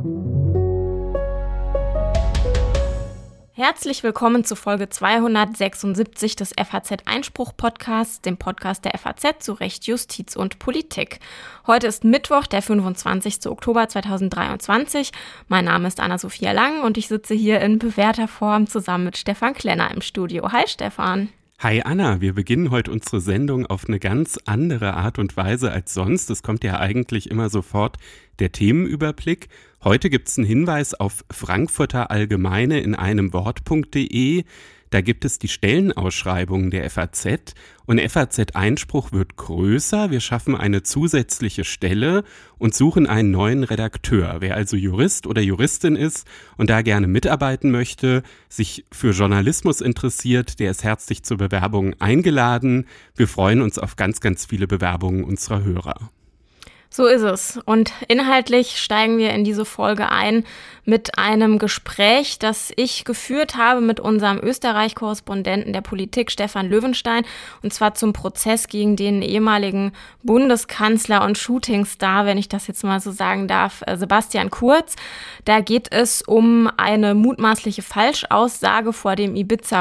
Herzlich willkommen zu Folge 276 des FAZ-Einspruch-Podcasts, dem Podcast der FAZ zu Recht, Justiz und Politik. Heute ist Mittwoch, der 25. Oktober 2023. Mein Name ist Anna-Sophia Lang und ich sitze hier in bewährter Form zusammen mit Stefan Klenner im Studio. Hi Stefan. Hi Anna, wir beginnen heute unsere Sendung auf eine ganz andere Art und Weise als sonst. Es kommt ja eigentlich immer sofort der Themenüberblick. Heute gibt es einen Hinweis auf Frankfurter Allgemeine in einem Wort.de. Da gibt es die Stellenausschreibungen der FAZ und FAZ-Einspruch wird größer. Wir schaffen eine zusätzliche Stelle und suchen einen neuen Redakteur. Wer also Jurist oder Juristin ist und da gerne mitarbeiten möchte, sich für Journalismus interessiert, der ist herzlich zur Bewerbung eingeladen. Wir freuen uns auf ganz, ganz viele Bewerbungen unserer Hörer. So ist es. Und inhaltlich steigen wir in diese Folge ein mit einem Gespräch, das ich geführt habe mit unserem Österreich-Korrespondenten der Politik, Stefan Löwenstein, und zwar zum Prozess gegen den ehemaligen Bundeskanzler und Shootingstar, wenn ich das jetzt mal so sagen darf, Sebastian Kurz. Da geht es um eine mutmaßliche Falschaussage vor dem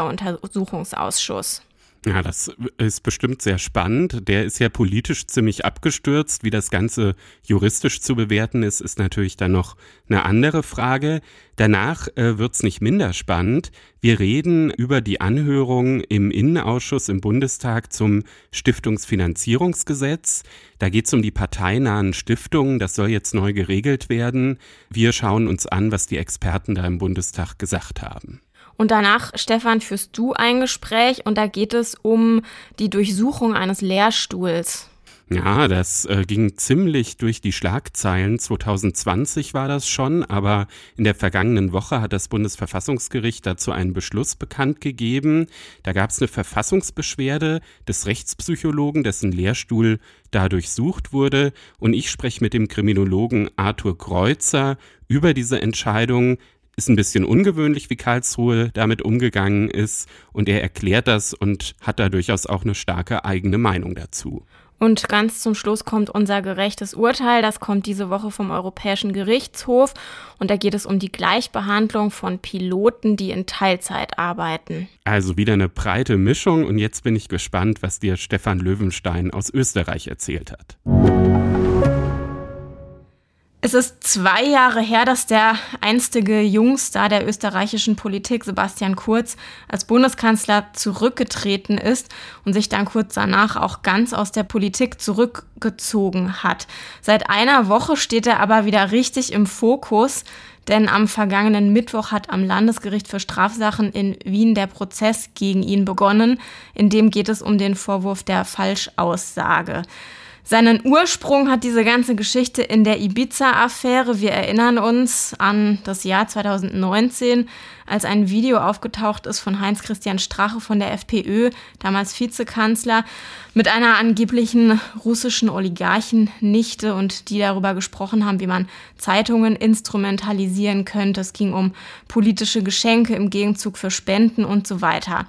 Ibiza-Untersuchungsausschuss. Ja, das ist bestimmt sehr spannend. Der ist ja politisch ziemlich abgestürzt. Wie das Ganze juristisch zu bewerten ist, ist natürlich dann noch eine andere Frage. Danach wird's nicht minder spannend. Wir reden über die Anhörung im Innenausschuss im Bundestag zum Stiftungsfinanzierungsgesetz. Da geht's um die parteinahen Stiftungen. Das soll jetzt neu geregelt werden. Wir schauen uns an, was die Experten da im Bundestag gesagt haben. Und danach, Stefan, führst du ein Gespräch und da geht es um die Durchsuchung eines Lehrstuhls. Ja, das ging ziemlich durch die Schlagzeilen. 2020 war das schon, aber in der vergangenen Woche hat das Bundesverfassungsgericht dazu einen Beschluss bekannt gegeben. Da gab es eine Verfassungsbeschwerde des Rechtspsychologen, dessen Lehrstuhl da durchsucht wurde. Und ich spreche mit dem Kriminologen Arthur Kreuzer über diese Entscheidung. Ist ein bisschen ungewöhnlich, wie Karlsruhe damit umgegangen ist und er erklärt das und hat da durchaus auch eine starke eigene Meinung dazu. Und ganz zum Schluss kommt unser gerechtes Urteil, das kommt diese Woche vom Europäischen Gerichtshof und da geht es um die Gleichbehandlung von Piloten, die in Teilzeit arbeiten. Also wieder eine breite Mischung und jetzt bin ich gespannt, was dir Stefan Löwenstein aus Österreich erzählt hat. Es ist 2 Jahre her, dass der einstige Jungstar der österreichischen Politik, Sebastian Kurz, als Bundeskanzler zurückgetreten ist und sich dann kurz danach auch ganz aus der Politik zurückgezogen hat. Seit einer Woche steht er aber wieder richtig im Fokus, denn am vergangenen Mittwoch hat am Landesgericht für Strafsachen in Wien der Prozess gegen ihn begonnen. In dem geht es um den Vorwurf der Falschaussage. Seinen Ursprung hat diese ganze Geschichte in der Ibiza-Affäre. Wir erinnern uns an das Jahr 2019, als ein Video aufgetaucht ist von Heinz-Christian Strache von der FPÖ, damals Vizekanzler, mit einer angeblichen russischen Oligarchennichte und die darüber gesprochen haben, wie man Zeitungen instrumentalisieren könnte. Es ging um politische Geschenke im Gegenzug für Spenden und so weiter.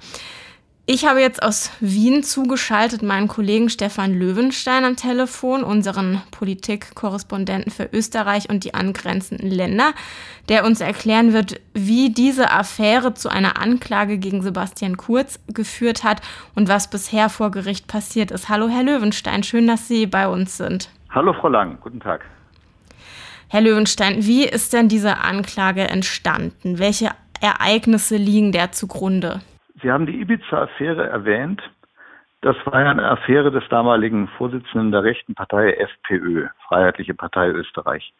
Ich habe jetzt aus Wien zugeschaltet meinen Kollegen Stefan Löwenstein am Telefon, unseren Politikkorrespondenten für Österreich und die angrenzenden Länder, der uns erklären wird, wie diese Affäre zu einer Anklage gegen Sebastian Kurz geführt hat und was bisher vor Gericht passiert ist. Hallo Herr Löwenstein, schön, dass Sie bei uns sind. Hallo Frau Lang, guten Tag. Herr Löwenstein, wie ist denn diese Anklage entstanden? Welche Ereignisse liegen der zugrunde? Sie haben die Ibiza-Affäre erwähnt. Das war ja eine Affäre des damaligen Vorsitzenden der rechten Partei FPÖ, Freiheitliche Partei Österreich.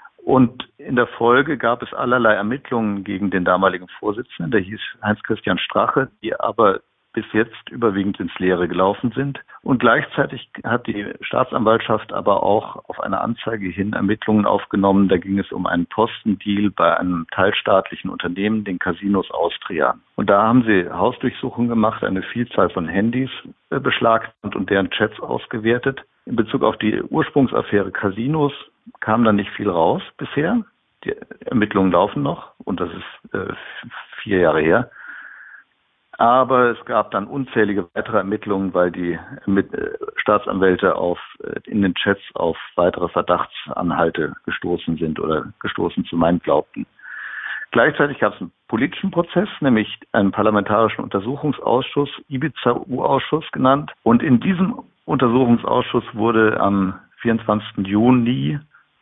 Und in der Folge gab es allerlei Ermittlungen gegen den damaligen Vorsitzenden, der hieß Heinz-Christian Strache, die aber bis jetzt überwiegend ins Leere gelaufen sind. Und gleichzeitig hat die Staatsanwaltschaft aber auch auf eine Anzeige hin Ermittlungen aufgenommen. Da ging es um einen Postendeal bei einem teilstaatlichen Unternehmen, den Casinos Austria. Und da haben sie Hausdurchsuchungen gemacht, eine Vielzahl von Handys beschlagnahmt und deren Chats ausgewertet. In Bezug auf die Ursprungsaffäre Casinos kam da nicht viel raus bisher. Die Ermittlungen laufen noch und das ist 4 Jahre her. Aber es gab dann unzählige weitere Ermittlungen, weil die Staatsanwälte in den Chats auf weitere Verdachtsanhalte gestoßen sind oder gestoßen zu meinen glaubten. Gleichzeitig gab es einen politischen Prozess, nämlich einen parlamentarischen Untersuchungsausschuss, Ibiza-U-Ausschuss genannt. Und in diesem Untersuchungsausschuss wurde am 24. Juni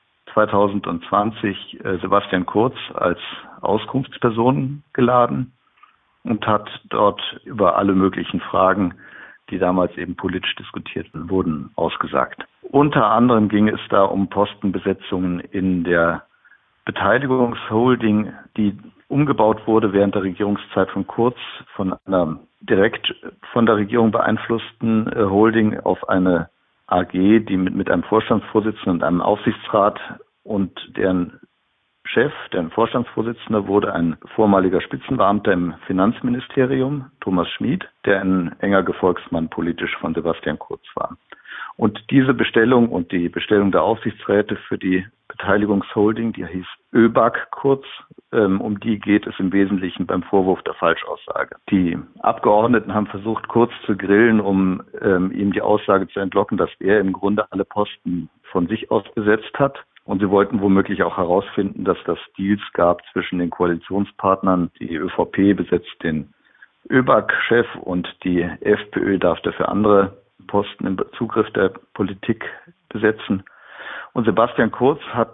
2020 Sebastian Kurz als Auskunftsperson geladen und hat dort über alle möglichen Fragen, die damals eben politisch diskutiert wurden, ausgesagt. Unter anderem ging es da um Postenbesetzungen in der Beteiligungsholding, die umgebaut wurde während der Regierungszeit von Kurz von einer direkt von der Regierung beeinflussten Holding auf eine AG, die mit einem Vorstandsvorsitzenden und einem Aufsichtsrat, und deren Chef, deren Vorstandsvorsitzender, wurde ein vormaliger Spitzenbeamter im Finanzministerium, Thomas Schmid, der ein enger Gefolgsmann politisch von Sebastian Kurz war. Und diese Bestellung und die Bestellung der Aufsichtsräte für die Beteiligungsholding, die hieß ÖBAG kurz, um die geht es im Wesentlichen beim Vorwurf der Falschaussage. Die Abgeordneten haben versucht, Kurz zu grillen, um ihm die Aussage zu entlocken, dass er im Grunde alle Posten von sich aus besetzt hat. Und sie wollten womöglich auch herausfinden, dass das Deals gab zwischen den Koalitionspartnern. Die ÖVP besetzt den ÖBAG-Chef und die FPÖ darf dafür andere Posten im Zugriff der Politik besetzen. Und Sebastian Kurz hat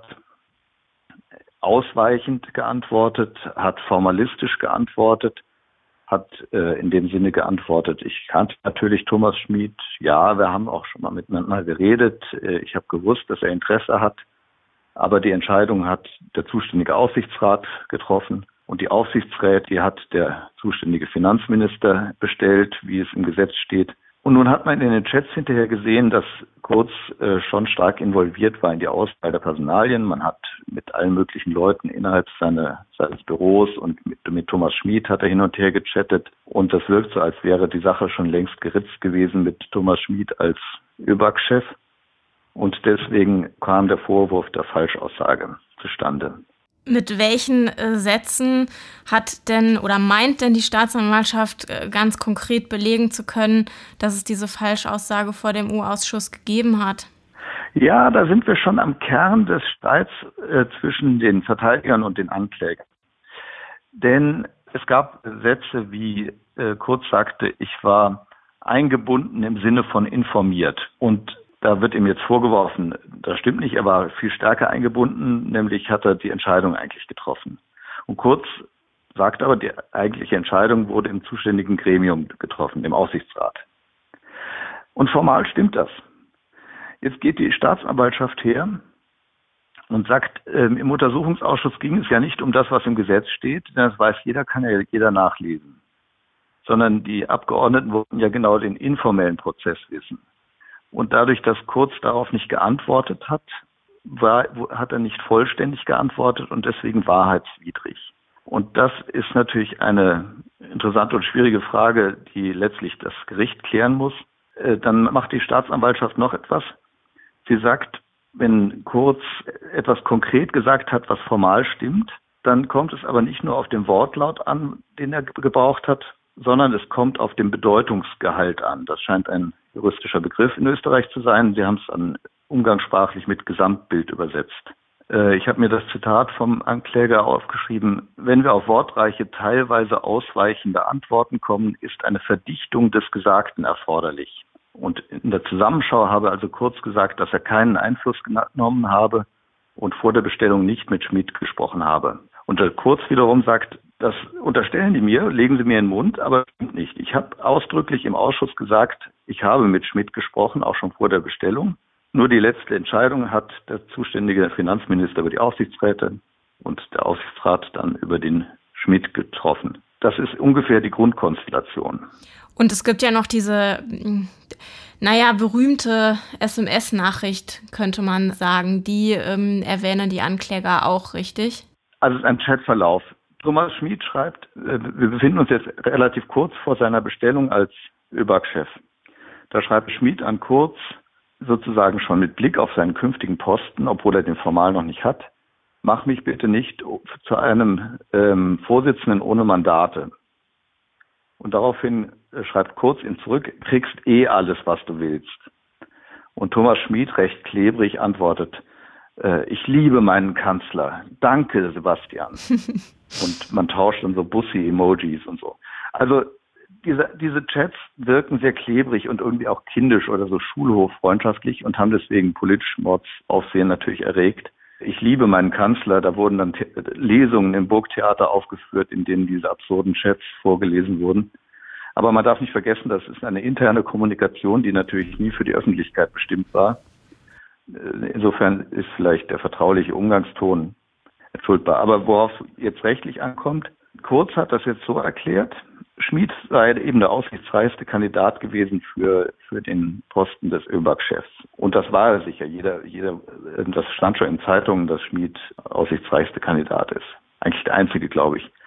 ausweichend geantwortet, hat formalistisch geantwortet, hat in dem Sinne geantwortet: Ich kannte natürlich Thomas Schmid, ja, wir haben auch schon mal miteinander geredet, ich habe gewusst, dass er Interesse hat, aber die Entscheidung hat der zuständige Aufsichtsrat getroffen und die Aufsichtsräte, die hat der zuständige Finanzminister bestellt, wie es im Gesetz steht. Und nun hat man in den Chats hinterher gesehen, dass Kurz schon stark involviert war in die Auswahl der Personalien. Man hat mit allen möglichen Leuten innerhalb seines Büros und mit Thomas Schmid hat er hin und her gechattet. Und das wirkt so, als wäre die Sache schon längst geritzt gewesen mit Thomas Schmid als ÖBAG-Chef. Und deswegen kam der Vorwurf der Falschaussage zustande. Mit welchen Sätzen hat denn oder meint denn die Staatsanwaltschaft ganz konkret belegen zu können, dass es diese Falschaussage vor dem U-Ausschuss gegeben hat? Ja, da sind wir schon am Kern des Streits zwischen den Verteidigern und den Anklägern. Denn es gab Sätze wie Kurz sagte, ich war eingebunden im Sinne von informiert. Und da wird ihm jetzt vorgeworfen, das stimmt nicht, er war viel stärker eingebunden, nämlich hat er die Entscheidung eigentlich getroffen. Und Kurz sagt aber, die eigentliche Entscheidung wurde im zuständigen Gremium getroffen, im Aufsichtsrat. Und formal stimmt das. Jetzt geht die Staatsanwaltschaft her und sagt, im Untersuchungsausschuss ging es ja nicht um das, was im Gesetz steht, denn das weiß jeder, kann ja jeder nachlesen. Sondern die Abgeordneten wollten ja genau den informellen Prozess wissen. Und dadurch, dass Kurz darauf nicht geantwortet hat, hat er nicht vollständig geantwortet und deswegen wahrheitswidrig. Und das ist natürlich eine interessante und schwierige Frage, die letztlich das Gericht klären muss. Dann macht die Staatsanwaltschaft noch etwas. Sie sagt, wenn Kurz etwas konkret gesagt hat, was formal stimmt, dann kommt es aber nicht nur auf den Wortlaut an, den er gebraucht hat, sondern es kommt auf den Bedeutungsgehalt an. Das scheint ein juristischer Begriff in Österreich zu sein. Sie haben es dann umgangssprachlich mit Gesamtbild übersetzt. Ich habe mir das Zitat vom Ankläger aufgeschrieben: Wenn wir auf wortreiche, teilweise ausweichende Antworten kommen, ist eine Verdichtung des Gesagten erforderlich. Und in der Zusammenschau habe also Kurz gesagt, dass er keinen Einfluss genommen habe und vor der Bestellung nicht mit Schmid gesprochen habe. Und der Kurz wiederum sagt, das unterstellen die mir, legen sie mir in den Mund, aber stimmt nicht. Ich habe ausdrücklich im Ausschuss gesagt, ich habe mit Schmid gesprochen, auch schon vor der Bestellung. Nur die letzte Entscheidung hat der zuständige Finanzminister über die Aufsichtsräte und der Aufsichtsrat dann über den Schmid getroffen. Das ist ungefähr die Grundkonstellation. Und es gibt ja noch diese, berühmte SMS-Nachricht, könnte man sagen. Die erwähnen die Ankläger auch, richtig? Also es ist ein Chatverlauf. Thomas Schmid schreibt, wir befinden uns jetzt relativ kurz vor seiner Bestellung als ÖBAG-Chef. Da schreibt Schmid an Kurz, sozusagen schon mit Blick auf seinen künftigen Posten, obwohl er den formal noch nicht hat: Mach mich bitte nicht zu einem Vorsitzenden ohne Mandate. Und daraufhin schreibt Kurz ihm zurück, kriegst eh alles, was du willst. Und Thomas Schmid recht klebrig antwortet, ich liebe meinen Kanzler. Danke, Sebastian. Und man tauscht dann so Bussi-Emojis und so. Also diese Chats wirken sehr klebrig und irgendwie auch kindisch oder so schulhoffreundschaftlich und haben deswegen politisch Mordsaufsehen natürlich erregt. Ich liebe meinen Kanzler. Da wurden dann Lesungen im Burgtheater aufgeführt, in denen diese absurden Chats vorgelesen wurden. Aber man darf nicht vergessen, das ist eine interne Kommunikation, die natürlich nie für die Öffentlichkeit bestimmt war. Insofern ist vielleicht der vertrauliche Umgangston entschuldbar. Aber worauf es jetzt rechtlich ankommt, Kurz hat das jetzt so erklärt, Schmid sei eben der aussichtsreichste Kandidat gewesen für den Posten des ÖBAG-Chefs. Und das war er sicher. Das stand schon in Zeitungen, dass Schmid aussichtsreichste Kandidat ist. Eigentlich der einzige, glaube ich.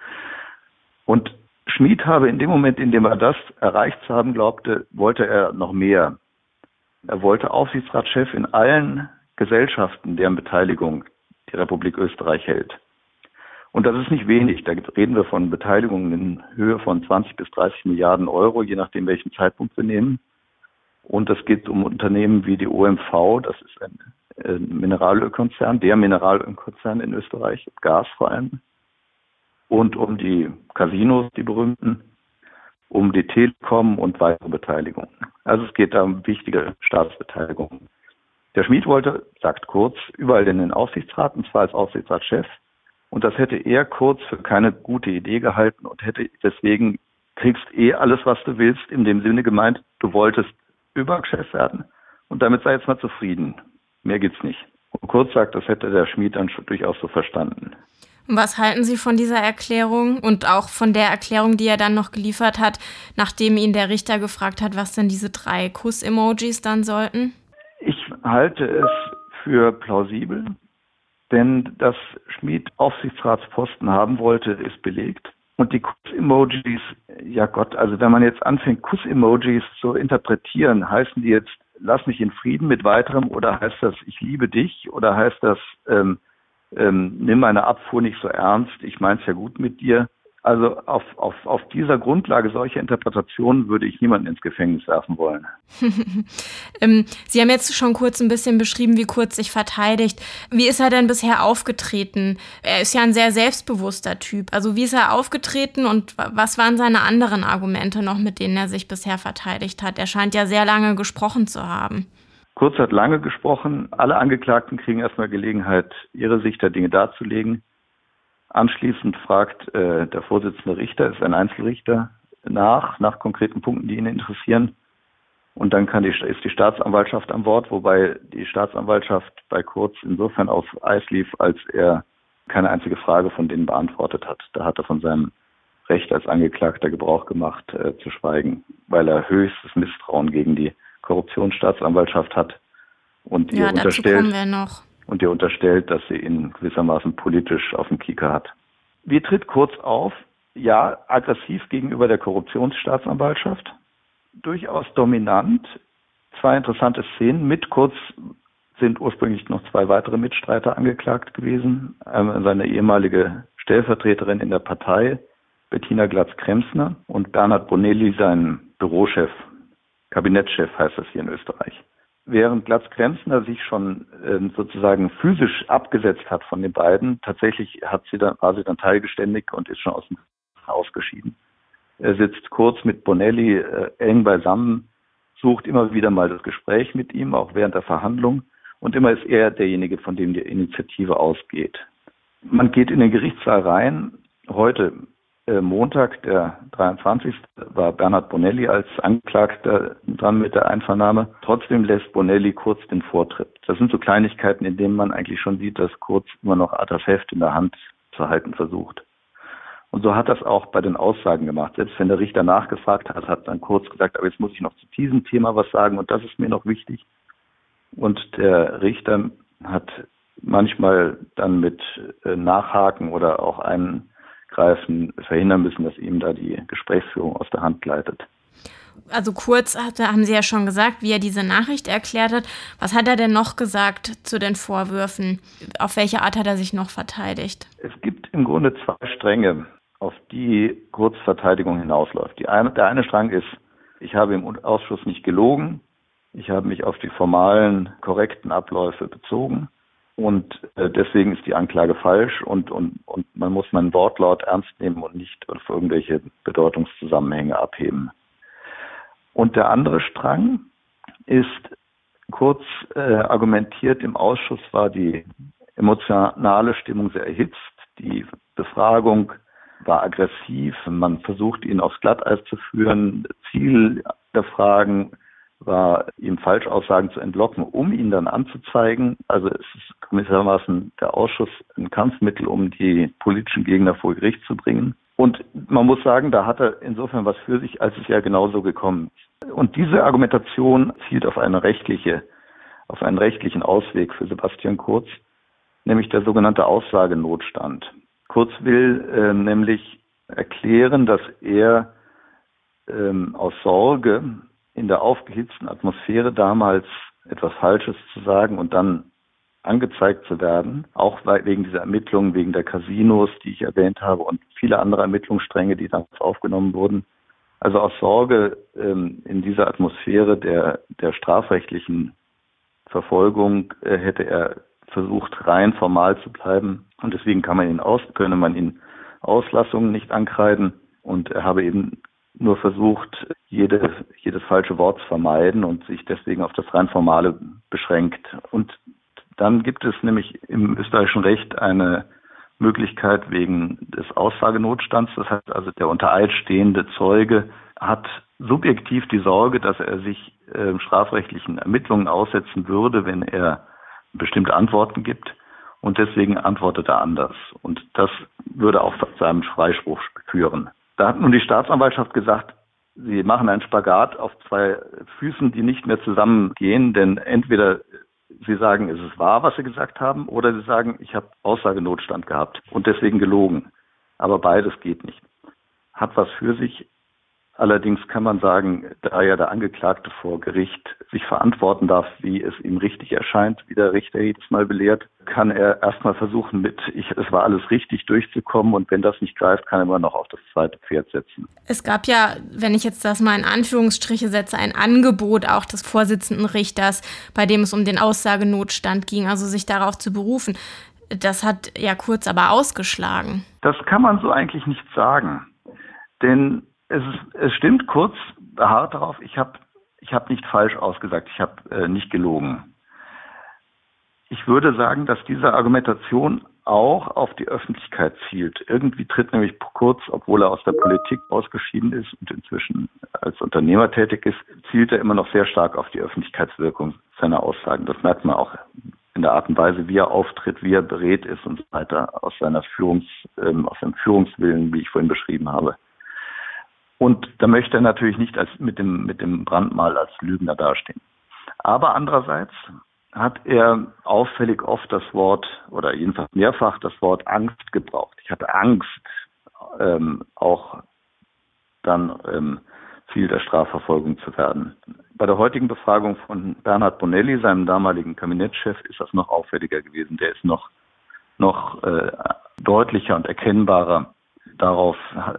Und Schmid habe in dem Moment, in dem er das erreicht zu haben glaubte, wollte er noch mehr. Er wollte Aufsichtsratschef in allen Gesellschaften, deren Beteiligung die Republik Österreich hält. Und das ist nicht wenig. Da reden wir von Beteiligungen in Höhe von 20 bis 30 Milliarden Euro, je nachdem, welchen Zeitpunkt wir nehmen. Und es geht um Unternehmen wie die OMV, das ist ein Mineralölkonzern, der Mineralölkonzern in Österreich, Gas vor allem. Und um die Casinos, die berühmten, um die Telekom und weitere Beteiligungen. Also es geht da um wichtige Staatsbeteiligungen. Der Schmid wollte, sagt Kurz, überall in den Aufsichtsrat, und zwar als Aufsichtsratschef. Und das hätte er Kurz für keine gute Idee gehalten und hätte deswegen, kriegst eh alles, was du willst, in dem Sinne gemeint, du wolltest ÖBAG-Chef werden und damit sei jetzt mal zufrieden. Mehr gibt's nicht. Und Kurz sagt, das hätte der Schmid dann durchaus so verstanden. Was halten Sie von dieser Erklärung und auch von der Erklärung, die er dann noch geliefert hat, nachdem ihn der Richter gefragt hat, was denn diese 3 Kuss-Emojis dann sollten? Ich halte es für plausibel, denn dass Schmid Aufsichtsratsposten haben wollte, ist belegt. Und die Kuss-Emojis, ja Gott, also wenn man jetzt anfängt, Kuss-Emojis zu interpretieren, heißen die jetzt, lass mich in Frieden mit weiterem, oder heißt das, ich liebe dich, oder heißt das, nimm meine Abfuhr nicht so ernst, ich mein's ja gut mit dir. Also auf dieser Grundlage solcher Interpretationen würde ich niemanden ins Gefängnis werfen wollen. Sie haben jetzt schon kurz ein bisschen beschrieben, wie Kurz sich verteidigt. Wie ist er denn bisher aufgetreten? Er ist ja ein sehr selbstbewusster Typ. Also wie ist er aufgetreten und was waren seine anderen Argumente noch, mit denen er sich bisher verteidigt hat? Er scheint ja sehr lange gesprochen zu haben. Kurz hat lange gesprochen. Alle Angeklagten kriegen erstmal Gelegenheit, ihre Sicht der Dinge darzulegen. Anschließend fragt der Vorsitzende Richter, ist ein Einzelrichter, nach konkreten Punkten, die ihn interessieren. Und dann ist die Staatsanwaltschaft an Bord, wobei die Staatsanwaltschaft bei Kurz insofern auf Eis lief, als er keine einzige Frage von denen beantwortet hat. Da hat er von seinem Recht als Angeklagter Gebrauch gemacht, zu schweigen, weil er höchstes Misstrauen gegen die Korruptionsstaatsanwaltschaft hat und ihr unterstellt, dass sie ihn gewissermaßen politisch auf dem Kieker hat. Wie tritt Kurz auf? Ja, aggressiv gegenüber der Korruptionsstaatsanwaltschaft, durchaus dominant. 2 interessante Szenen. Mit Kurz sind ursprünglich noch 2 weitere Mitstreiter angeklagt gewesen. Seine ehemalige Stellvertreterin in der Partei, Bettina Glatz-Kremsner, und Bernhard Bonelli, sein Bürochef. Kabinettschef heißt das hier in Österreich. Während Glatz-Kremsner sich schon sozusagen physisch abgesetzt hat von den beiden, tatsächlich war sie dann teilgeständig und ist schon aus dem Haus geschieden. Er sitzt Kurz mit Bonelli eng beisammen, sucht immer wieder mal das Gespräch mit ihm, auch während der Verhandlung. Und immer ist er derjenige, von dem die Initiative ausgeht. Man geht in den Gerichtssaal rein. Heute Montag, der 23. war Bernhard Bonelli als Angeklagter dran mit der Einvernahme. Trotzdem lässt Bonelli Kurz den Vortritt. Das sind so Kleinigkeiten, in denen man eigentlich schon sieht, dass Kurz immer noch das Heft in der Hand zu halten versucht. Und so hat das auch bei den Aussagen gemacht. Selbst wenn der Richter nachgefragt hat, hat dann Kurz gesagt, aber jetzt muss ich noch zu diesem Thema was sagen und das ist mir noch wichtig. Und der Richter hat manchmal dann mit Nachhaken oder auch Eingreifen verhindern müssen, dass ihm da die Gesprächsführung aus der Hand gleitet. Also Kurz haben Sie ja schon gesagt, wie er diese Nachricht erklärt hat. Was hat er denn noch gesagt zu den Vorwürfen? Auf welche Art hat er sich noch verteidigt? Es gibt im Grunde 2 Stränge. auf die Kurzverteidigung hinausläuft. Der eine Strang ist, ich habe im Ausschuss nicht gelogen, ich habe mich auf die formalen, korrekten Abläufe bezogen und deswegen ist die Anklage falsch und man muss meinen Wortlaut ernst nehmen und nicht auf irgendwelche Bedeutungszusammenhänge abheben. Und der andere Strang ist, Kurz argumentiert, im Ausschuss war die emotionale Stimmung sehr erhitzt, die Befragung war aggressiv, man versucht ihn aufs Glatteis zu führen. Ziel der Fragen war, ihm Falschaussagen zu entlocken, um ihn dann anzuzeigen. Also es ist gewissermaßen der Ausschuss ein Kampfmittel, um die politischen Gegner vor Gericht zu bringen. Und man muss sagen, da hat er insofern was für sich, als es ja genauso gekommen ist. Und diese Argumentation zielt auf einen rechtlichen Ausweg für Sebastian Kurz, nämlich der sogenannte Aussagenotstand. Kurz will nämlich erklären, dass er aus Sorge, in der aufgehitzten Atmosphäre damals etwas Falsches zu sagen und dann angezeigt zu werden, auch wegen dieser Ermittlungen, wegen der Casinos, die ich erwähnt habe und viele andere Ermittlungsstränge, die damals aufgenommen wurden. Also aus Sorge, in dieser Atmosphäre der strafrechtlichen Verfolgung hätte er versucht, rein formal zu bleiben. Und deswegen könne man ihn Auslassungen nicht ankreiden. Und er habe eben nur versucht, jedes falsche Wort zu vermeiden und sich deswegen auf das rein Formale beschränkt. Und dann gibt es nämlich im österreichischen Recht eine Möglichkeit wegen des Aussagenotstands. Das heißt also, der unter Eid stehende Zeuge hat subjektiv die Sorge, dass er sich strafrechtlichen Ermittlungen aussetzen würde, wenn er bestimmte Antworten gibt. Und deswegen antwortet er anders. Und das würde auch zu einem Freispruch führen. Da hat nun die Staatsanwaltschaft gesagt, sie machen einen Spagat auf zwei Füßen, die nicht mehr zusammengehen, denn entweder sie sagen, es ist wahr, was sie gesagt haben, oder sie sagen, ich habe Aussagenotstand gehabt und deswegen gelogen. Aber beides geht nicht. Hat was für sich. Allerdings kann man sagen, da ja der Angeklagte vor Gericht sich verantworten darf, wie es ihm richtig erscheint, wie der Richter jedes Mal belehrt, kann er erstmal versuchen, es war alles richtig durchzukommen und wenn das nicht greift, kann er immer noch auf das zweite Pferd setzen. Es gab ja, wenn ich jetzt das mal in Anführungsstriche setze, ein Angebot auch des Vorsitzenden Richters, bei dem es um den Aussagenotstand ging, also sich darauf zu berufen. Das hat ja Kurz aber ausgeschlagen. Das kann man so eigentlich nicht sagen, denn es stimmt, Kurz beharrt darauf, ich hab nicht falsch ausgesagt, ich habe nicht gelogen. Ich würde sagen, dass diese Argumentation auch auf die Öffentlichkeit zielt. Irgendwie tritt nämlich Kurz, obwohl er aus der Politik ausgeschieden ist und inzwischen als Unternehmer tätig ist, zielt er immer noch sehr stark auf die Öffentlichkeitswirkung seiner Aussagen. Das merkt man auch in der Art und Weise, wie er auftritt, wie er berät ist und so weiter, aus seinem Führungswillen, wie ich vorhin beschrieben habe. Und da möchte er natürlich nicht mit dem Brandmal als Lügner dastehen. Aber andererseits hat er auffällig oft das Wort, oder jedenfalls mehrfach das Wort Angst gebraucht. Ich hatte Angst, auch dann Ziel der Strafverfolgung zu werden. Bei der heutigen Befragung von Bernhard Bonelli, seinem damaligen Kabinettschef, ist das noch auffälliger gewesen. Der ist noch deutlicher und erkennbarer. Darauf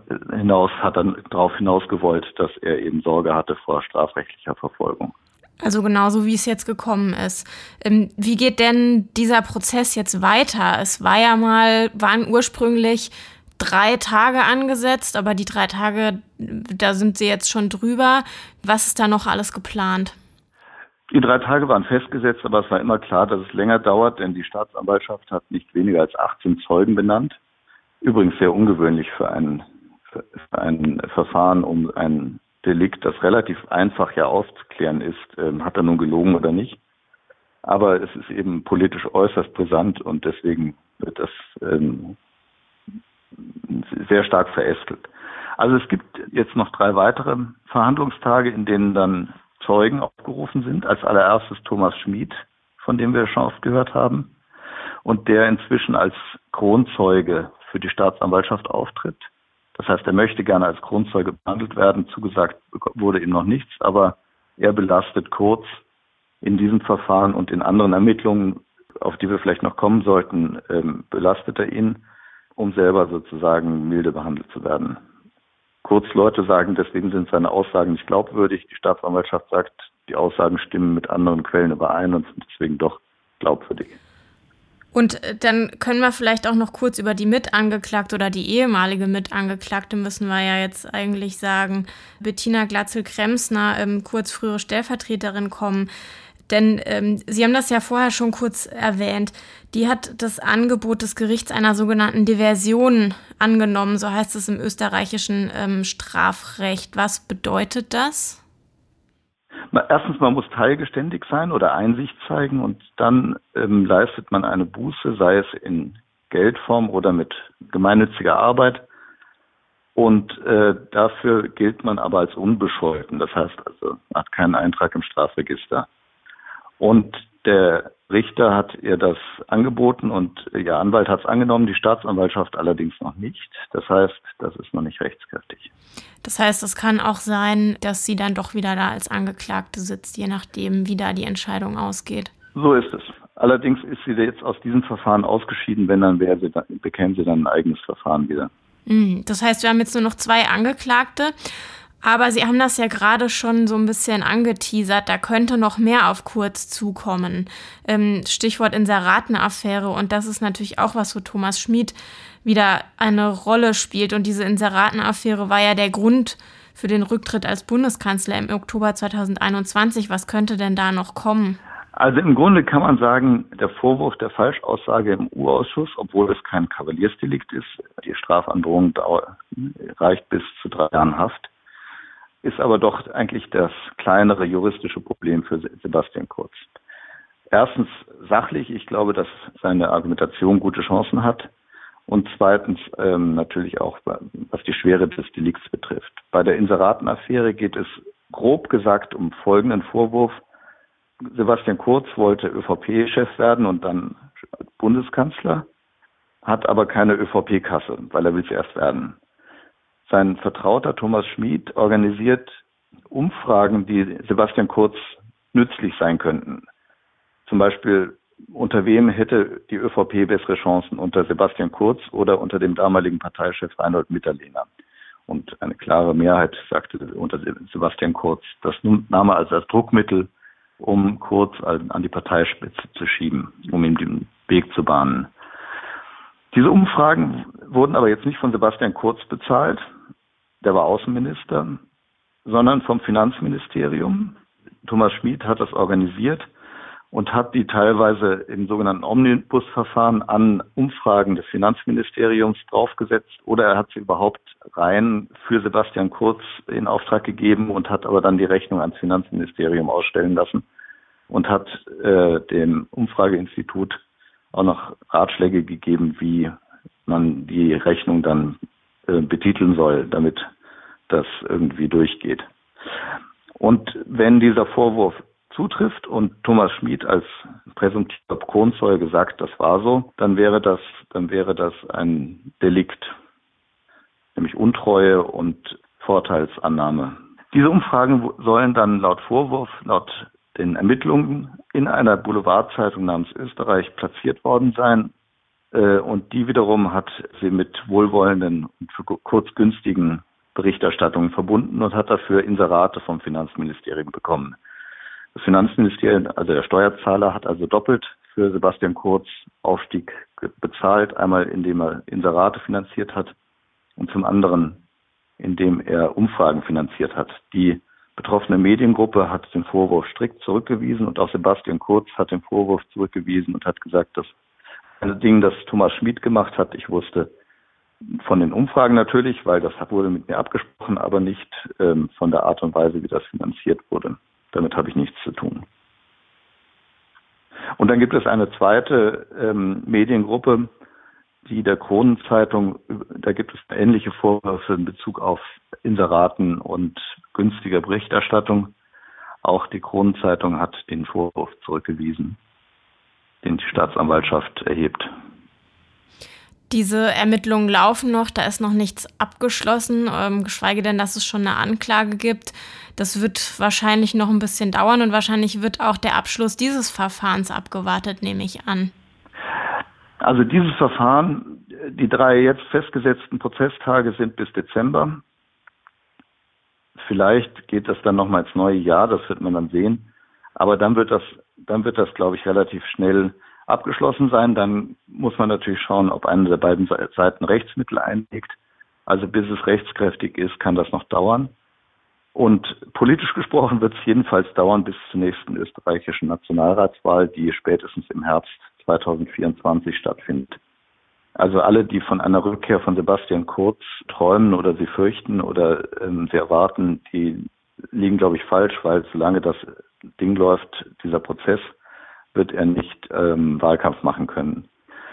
hinaus gewollt, dass er eben Sorge hatte vor strafrechtlicher Verfolgung. Also genauso wie es jetzt gekommen ist. Wie geht denn dieser Prozess jetzt weiter? Es waren ursprünglich 3 Tage angesetzt, aber die 3 Tage, da sind sie jetzt schon drüber. Was ist da noch alles geplant? Die 3 Tage waren festgesetzt, aber es war immer klar, dass es länger dauert, denn die Staatsanwaltschaft hat nicht weniger als 18 Zeugen benannt. Übrigens sehr ungewöhnlich für ein Verfahren um ein Delikt, das relativ einfach ja aufzuklären ist, hat er nun gelogen oder nicht. Aber es ist eben politisch äußerst brisant und deswegen wird das sehr stark verästelt. Also es gibt jetzt noch 3 weitere Verhandlungstage, in denen dann Zeugen aufgerufen sind. Als allererstes Thomas Schmid, von dem wir schon oft gehört haben, und der inzwischen als Kronzeuge für die Staatsanwaltschaft auftritt. Das heißt, er möchte gerne als Kronzeuge behandelt werden. Zugesagt wurde ihm noch nichts, aber er belastet Kurz in diesem Verfahren und in anderen Ermittlungen, auf die wir vielleicht noch kommen sollten, belastet er ihn. um selber sozusagen milde behandelt zu werden. Leute sagen, deswegen sind seine Aussagen nicht glaubwürdig. Die Staatsanwaltschaft sagt, die Aussagen stimmen mit anderen Quellen überein und sind deswegen doch glaubwürdig. Und dann können wir vielleicht auch noch kurz über die Mitangeklagte oder die ehemalige Mitangeklagte, müssen wir ja jetzt eigentlich sagen, Bettina Glatzel-Kremsner, Kurz frühere Stellvertreterin, kommen. Denn Sie haben das ja vorher schon kurz erwähnt. Die hat das Angebot des Gerichts einer sogenannten Diversion angenommen, so heißt es im österreichischen Strafrecht. Was bedeutet das? Erstens, man muss teilgeständig sein oder Einsicht zeigen und dann leistet man eine Buße, sei es in Geldform oder mit gemeinnütziger Arbeit. Und dafür gilt man aber als unbescholten. Das heißt also, man hat keinen Eintrag im Strafregister. Und der Richter hat ihr das angeboten und ihr Anwalt hat es angenommen, die Staatsanwaltschaft allerdings noch nicht. Das heißt, das ist noch nicht rechtskräftig. Das heißt, es kann auch sein, dass sie dann doch wieder da als Angeklagte sitzt, je nachdem, wie da die Entscheidung ausgeht. So ist es. Allerdings ist sie jetzt aus diesem Verfahren ausgeschieden, wenn dann bekäme sie dann ein eigenes Verfahren wieder. Das heißt, wir haben jetzt nur noch 2 Angeklagte. Aber Sie haben das ja gerade schon so ein bisschen angeteasert, da könnte noch mehr auf Kurz zukommen. Stichwort Inseratenaffäre, und das ist natürlich auch was, wo Thomas Schmid wieder eine Rolle spielt. Und diese Inseratenaffäre war ja der Grund für den Rücktritt als Bundeskanzler im Oktober 2021. Was könnte denn da noch kommen? Also im Grunde kann man sagen, der Vorwurf der Falschaussage im U-Ausschuss, obwohl es kein Kavaliersdelikt ist, die Strafandrohung reicht bis zu 3 Jahren Haft, ist aber doch eigentlich das kleinere juristische Problem für Sebastian Kurz. Erstens sachlich, ich glaube, dass seine Argumentation gute Chancen hat. Und zweitens natürlich auch, was die Schwere des Delikts betrifft. Bei der Inseratenaffäre geht es grob gesagt um folgenden Vorwurf. Sebastian Kurz wollte ÖVP-Chef werden und dann Bundeskanzler, hat aber keine ÖVP-Kasse, weil er will es erst werden. Sein Vertrauter Thomas Schmid organisiert Umfragen, die Sebastian Kurz nützlich sein könnten. Zum Beispiel, unter wem hätte die ÖVP bessere Chancen? Unter Sebastian Kurz oder unter dem damaligen Parteichef Reinhold Mitterlehner? Und eine klare Mehrheit sagte unter Sebastian Kurz. Das nahm er also als Druckmittel, um Kurz an die Parteispitze zu schieben, um ihm den Weg zu bahnen. Diese Umfragen wurden aber jetzt nicht von Sebastian Kurz bezahlt, der war Außenminister, sondern vom Finanzministerium. Thomas Schmid hat das organisiert und hat die teilweise im sogenannten Omnibusverfahren an Umfragen des Finanzministeriums draufgesetzt oder er hat sie überhaupt rein für Sebastian Kurz in Auftrag gegeben und hat aber dann die Rechnung ans Finanzministerium ausstellen lassen und hat dem Umfrageinstitut auch noch Ratschläge gegeben, wie man die Rechnung dann betiteln soll, damit das irgendwie durchgeht. Und wenn dieser Vorwurf zutrifft und Thomas Schmid als präsumptiver Kronzeuge sagt, das war so, dann wäre das ein Delikt, nämlich Untreue und Vorteilsannahme. Diese Umfragen sollen dann laut Vorwurf, laut den Ermittlungen in einer Boulevardzeitung namens Österreich platziert worden sein. Und die wiederum hat sie mit wohlwollenden und für kurz günstigen Berichterstattungen verbunden und hat dafür Inserate vom Finanzministerium bekommen. Das Finanzministerium, also der Steuerzahler, hat also doppelt für Sebastian Kurz Aufstieg bezahlt. Einmal, indem er Inserate finanziert hat und zum anderen, indem er Umfragen finanziert hat. Die betroffene Mediengruppe hat den Vorwurf strikt zurückgewiesen und auch Sebastian Kurz hat den Vorwurf zurückgewiesen und hat gesagt, dass ein Ding, das Thomas Schmid gemacht hat. Ich wusste von den Umfragen natürlich, weil das wurde mit mir abgesprochen, aber nicht von der Art und Weise, wie das finanziert wurde. Damit habe ich nichts zu tun. Und dann gibt es eine zweite Mediengruppe, die der Kronenzeitung, da gibt es ähnliche Vorwürfe in Bezug auf Inseraten und günstiger Berichterstattung. Auch die Kronenzeitung hat den Vorwurf zurückgewiesen, den die Staatsanwaltschaft erhebt. Diese Ermittlungen laufen noch, da ist noch nichts abgeschlossen, geschweige denn, dass es schon eine Anklage gibt. Das wird wahrscheinlich noch ein bisschen dauern und wahrscheinlich wird auch der Abschluss dieses Verfahrens abgewartet, nehme ich an. Also dieses Verfahren Die 3 jetzt festgesetzten Prozesstage sind bis Dezember. Vielleicht geht das dann nochmal ins neue Jahr, das wird man dann sehen. Aber dann wird das, glaube ich, relativ schnell abgeschlossen sein. Dann muss man natürlich schauen, ob eine der beiden Seiten Rechtsmittel einlegt. Also bis es rechtskräftig ist, kann das noch dauern. Und politisch gesprochen wird es jedenfalls dauern bis zur nächsten österreichischen Nationalratswahl, die spätestens im Herbst 2024 stattfindet. Also alle, die von einer Rückkehr von Sebastian Kurz träumen oder sie fürchten oder sie erwarten, die liegen, glaube ich, falsch, weil solange das Ding läuft, dieser Prozess, wird er nicht Wahlkampf machen können.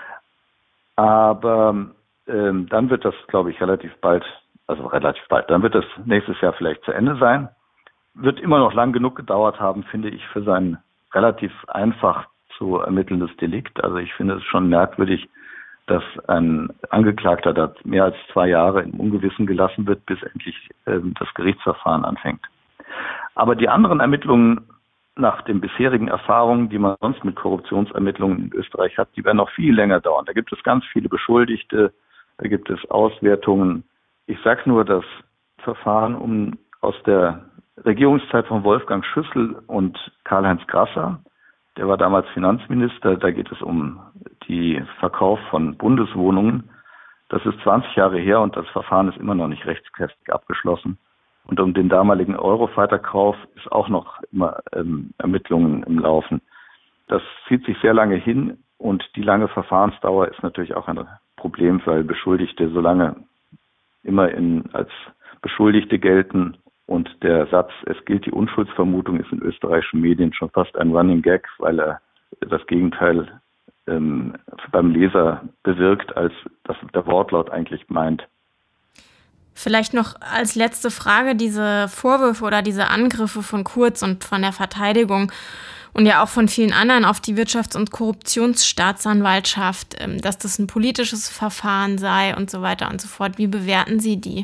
Aber dann wird das, glaube ich, relativ bald, dann wird das nächstes Jahr vielleicht zu Ende sein. Wird immer noch lang genug gedauert haben, finde ich, für sein relativ einfach zu ermittelndes Delikt. Also ich finde es schon merkwürdig, dass ein Angeklagter da mehr als 2 Jahre im Ungewissen gelassen wird, bis endlich das Gerichtsverfahren anfängt. Aber die anderen Ermittlungen nach den bisherigen Erfahrungen, die man sonst mit Korruptionsermittlungen in Österreich hat, die werden noch viel länger dauern. Da gibt es ganz viele Beschuldigte, da gibt es Auswertungen. Ich sage nur, das Verfahren aus der Regierungszeit von Wolfgang Schüssel und Karl-Heinz Grasser, der war damals Finanzminister, da geht es um den Verkauf von Bundeswohnungen. Das ist 20 Jahre her und das Verfahren ist immer noch nicht rechtskräftig abgeschlossen. Und um den damaligen Eurofighter-Kauf ist auch noch immer Ermittlungen im Laufen. Das zieht sich sehr lange hin und die lange Verfahrensdauer ist natürlich auch ein Problem, weil Beschuldigte so lange immer als Beschuldigte gelten und der Satz, es gilt die Unschuldsvermutung, ist in österreichischen Medien schon fast ein Running Gag, weil er das Gegenteil beim Leser bewirkt, als das der Wortlaut eigentlich meint. Vielleicht noch als letzte Frage, diese Vorwürfe oder diese Angriffe von Kurz und von der Verteidigung und ja auch von vielen anderen auf die Wirtschafts- und Korruptionsstaatsanwaltschaft, dass das ein politisches Verfahren sei und so weiter und so fort. Wie bewerten Sie die?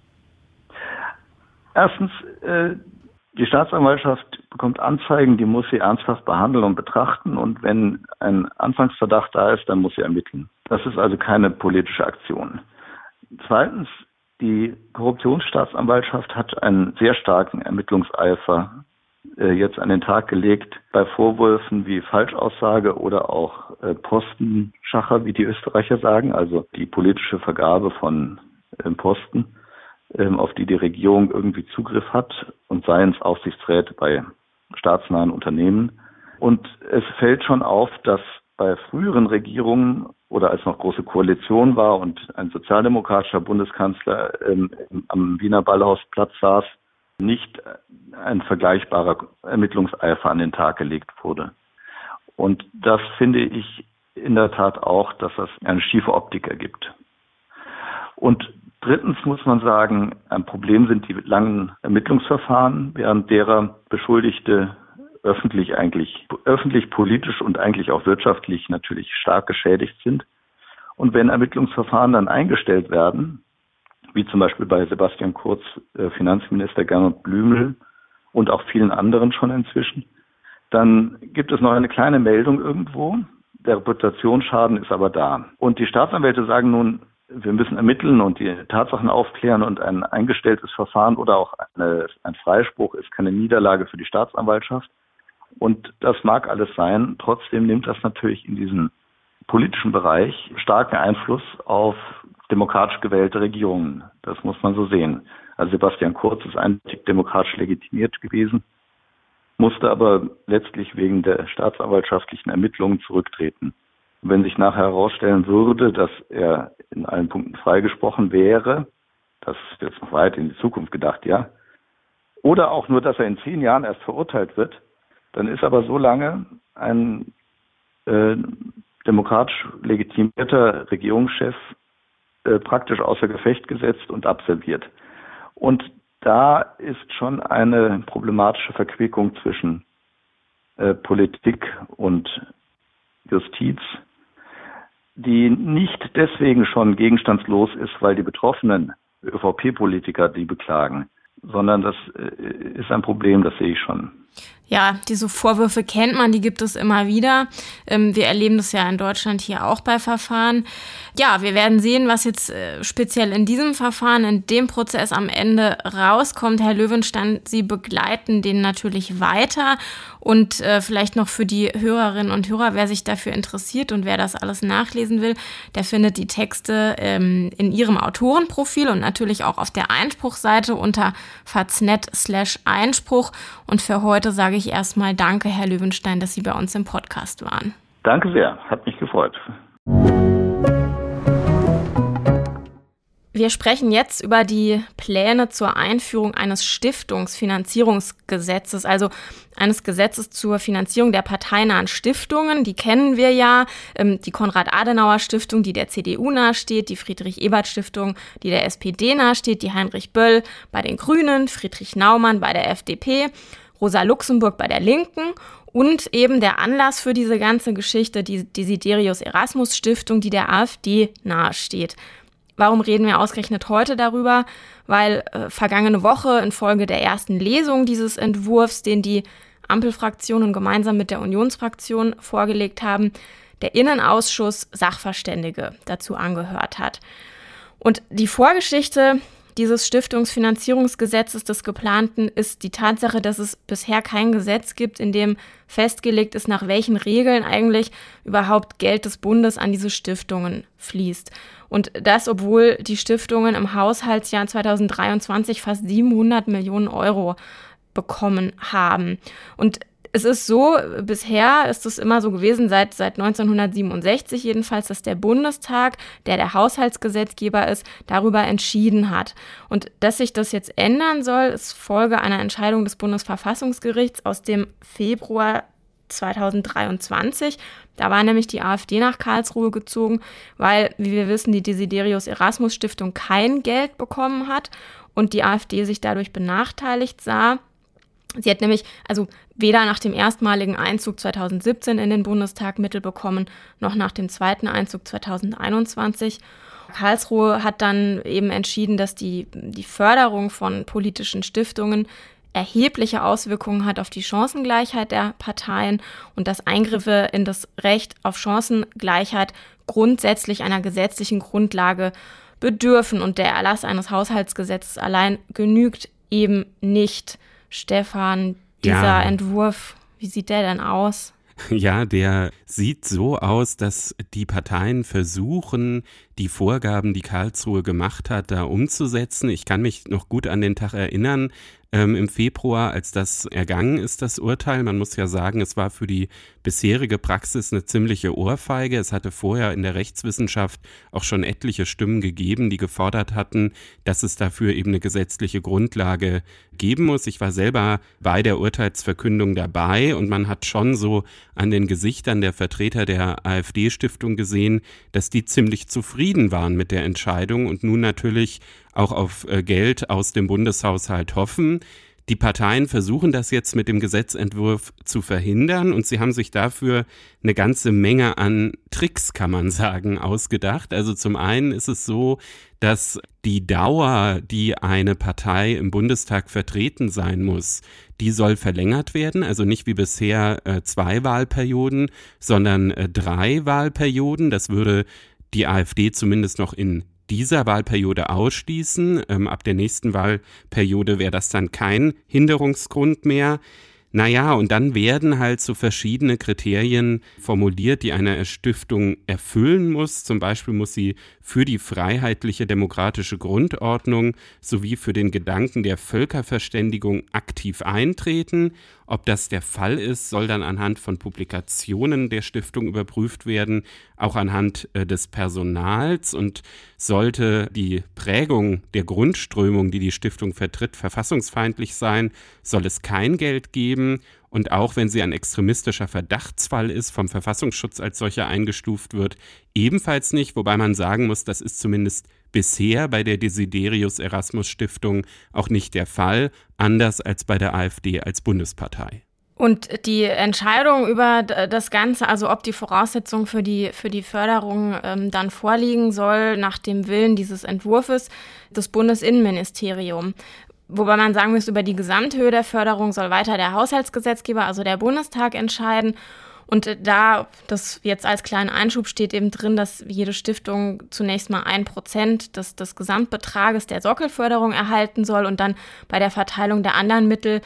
Erstens, die Staatsanwaltschaft bekommt Anzeigen, die muss sie ernsthaft behandeln und betrachten. Und wenn ein Anfangsverdacht da ist, dann muss sie ermitteln. Das ist also keine politische Aktion. Zweitens, die Korruptionsstaatsanwaltschaft hat einen sehr starken Ermittlungseifer jetzt an den Tag gelegt bei Vorwürfen wie Falschaussage oder auch Postenschacher, wie die Österreicher sagen, also die politische Vergabe von Posten, auf die die Regierung irgendwie Zugriff hat, und seien es Aufsichtsräte bei staatsnahen Unternehmen. Und es fällt schon auf, dass bei früheren Regierungen oder als noch große Koalition war und ein sozialdemokratischer Bundeskanzler am Wiener Ballhausplatz saß, nicht ein vergleichbarer Ermittlungseifer an den Tag gelegt wurde. Und das finde ich in der Tat auch, dass das eine schiefe Optik ergibt. Und drittens muss man sagen, ein Problem sind die langen Ermittlungsverfahren, während derer Beschuldigte öffentlich, politisch und eigentlich auch wirtschaftlich natürlich stark geschädigt sind. Und wenn Ermittlungsverfahren dann eingestellt werden, wie zum Beispiel bei Sebastian Kurz, Finanzminister Gernot Blümel und auch vielen anderen schon inzwischen, dann gibt es noch eine kleine Meldung irgendwo. Der Reputationsschaden ist aber da. Und die Staatsanwälte sagen nun, wir müssen ermitteln und die Tatsachen aufklären, und ein eingestelltes Verfahren oder auch ein Freispruch ist keine Niederlage für die Staatsanwaltschaft. Und das mag alles sein. Trotzdem nimmt das natürlich in diesem politischen Bereich starken Einfluss auf demokratisch gewählte Regierungen. Das muss man so sehen. Also Sebastian Kurz ist eindeutig demokratisch legitimiert gewesen, musste aber letztlich wegen der staatsanwaltschaftlichen Ermittlungen zurücktreten. Und wenn sich nachher herausstellen würde, dass er in allen Punkten freigesprochen wäre, das ist jetzt noch weit in die Zukunft gedacht, ja, oder auch nur, dass er in 10 Jahren erst verurteilt wird, dann ist aber so lange ein demokratisch legitimierter Regierungschef praktisch außer Gefecht gesetzt und absolviert. Und da ist schon eine problematische Verquickung zwischen Politik und Justiz, die nicht deswegen schon gegenstandslos ist, weil die betroffenen ÖVP-Politiker die beklagen, sondern das ist ein Problem, das sehe ich schon. Ja, diese Vorwürfe kennt man, die gibt es immer wieder. Wir erleben das ja in Deutschland hier auch bei Verfahren. Ja, wir werden sehen, was jetzt speziell in diesem Verfahren, in dem Prozess am Ende rauskommt. Herr Löwenstein, Sie begleiten den natürlich weiter. Und vielleicht noch für die Hörerinnen und Hörer, wer sich dafür interessiert und wer das alles nachlesen will, der findet die Texte in Ihrem Autorenprofil und natürlich auch auf der Einspruchseite unter faznet/Einspruch. Und für heute sage ich erstmal danke, Herr Löwenstein, dass Sie bei uns im Podcast waren. Danke sehr, hat mich gefreut. Wir sprechen jetzt über die Pläne zur Einführung eines Stiftungsfinanzierungsgesetzes, also eines Gesetzes zur Finanzierung der parteinahen Stiftungen. Die kennen wir ja, die Konrad-Adenauer-Stiftung, die der CDU nahesteht, die Friedrich-Ebert-Stiftung, die der SPD nahesteht, die Heinrich Böll bei den Grünen, Friedrich Naumann bei der FDP, Rosa Luxemburg bei der Linken und eben der Anlass für diese ganze Geschichte, die Desiderius-Erasmus-Stiftung, die der AfD nahesteht. Warum reden wir ausgerechnet heute darüber? Weil vergangene Woche infolge der ersten Lesung dieses Entwurfs, den die Ampelfraktionen gemeinsam mit der Unionsfraktion vorgelegt haben, der Innenausschuss Sachverständige dazu angehört hat. Und die Vorgeschichte dieses Stiftungsfinanzierungsgesetzes des geplanten ist die Tatsache, dass es bisher kein Gesetz gibt, in dem festgelegt ist, nach welchen Regeln eigentlich überhaupt Geld des Bundes an diese Stiftungen fließt. Und das, obwohl die Stiftungen im Haushaltsjahr 2023 fast 700 Millionen Euro bekommen haben. Und es ist so, bisher ist es immer so gewesen, seit 1967 jedenfalls, dass der Bundestag, der Haushaltsgesetzgeber ist, darüber entschieden hat. Und dass sich das jetzt ändern soll, ist Folge einer Entscheidung des Bundesverfassungsgerichts aus dem Februar 2023. Da war nämlich die AfD nach Karlsruhe gezogen, weil, wie wir wissen, die Desiderius-Erasmus-Stiftung kein Geld bekommen hat und die AfD sich dadurch benachteiligt sah. Sie hat nämlich also weder nach dem erstmaligen Einzug 2017 in den Bundestag Mittel bekommen, noch nach dem zweiten Einzug 2021. Karlsruhe hat dann eben entschieden, dass die Förderung von politischen Stiftungen erhebliche Auswirkungen hat auf die Chancengleichheit der Parteien und dass Eingriffe in das Recht auf Chancengleichheit grundsätzlich einer gesetzlichen Grundlage bedürfen. Und der Erlass eines Haushaltsgesetzes allein genügt eben nicht. Stefan, dieser Entwurf, wie sieht der denn aus? Ja, der sieht so aus, dass die Parteien versuchen, die Vorgaben, die Karlsruhe gemacht hat, da umzusetzen. Ich kann mich noch gut an den Tag erinnern, im Februar, als das ergangen ist, das Urteil. Man muss ja sagen, es war für die bisherige Praxis eine ziemliche Ohrfeige. Es hatte vorher in der Rechtswissenschaft auch schon etliche Stimmen gegeben, die gefordert hatten, dass es dafür eben eine gesetzliche Grundlage geben muss. Ich war selber bei der Urteilsverkündung dabei und man hat schon so an den Gesichtern der Vertreter der AfD-Stiftung gesehen, dass die ziemlich zufrieden waren mit der Entscheidung und nun natürlich auch auf Geld aus dem Bundeshaushalt hoffen. Die Parteien versuchen das jetzt mit dem Gesetzentwurf zu verhindern und sie haben sich dafür eine ganze Menge an Tricks, kann man sagen, ausgedacht. Also zum einen ist es so, dass die Dauer, die eine Partei im Bundestag vertreten sein muss, die soll verlängert werden. Also nicht wie bisher 2 Wahlperioden, sondern 3 Wahlperioden. Das würde die AfD zumindest noch in dieser Wahlperiode ausschließen. Ab der nächsten Wahlperiode wäre das dann kein Hinderungsgrund mehr. Naja, und dann werden halt so verschiedene Kriterien formuliert, die eine Stiftung erfüllen muss. Zum Beispiel muss sie für die freiheitliche demokratische Grundordnung sowie für den Gedanken der Völkerverständigung aktiv eintreten. Ob das der Fall ist, soll dann anhand von Publikationen der Stiftung überprüft werden, auch anhand des Personals. Und sollte die Prägung der Grundströmung, die die Stiftung vertritt, verfassungsfeindlich sein, soll es kein Geld geben. Und auch wenn sie ein extremistischer Verdachtsfall ist, vom Verfassungsschutz als solcher eingestuft wird, ebenfalls nicht. Wobei man sagen muss, das ist zumindest bisher bei der Desiderius-Erasmus-Stiftung auch nicht der Fall, anders als bei der AfD als Bundespartei. Und die Entscheidung über das Ganze, also ob die Voraussetzungen für die Förderung dann vorliegen soll, nach dem Willen dieses Entwurfs, das Bundesinnenministerium. Wobei man sagen muss, über die Gesamthöhe der Förderung soll weiter der Haushaltsgesetzgeber, also der Bundestag, entscheiden. Und da, das jetzt als kleinen Einschub steht eben drin, dass jede Stiftung zunächst mal 1% des Gesamtbetrages der Sockelförderung erhalten soll und dann bei der Verteilung der anderen Mittel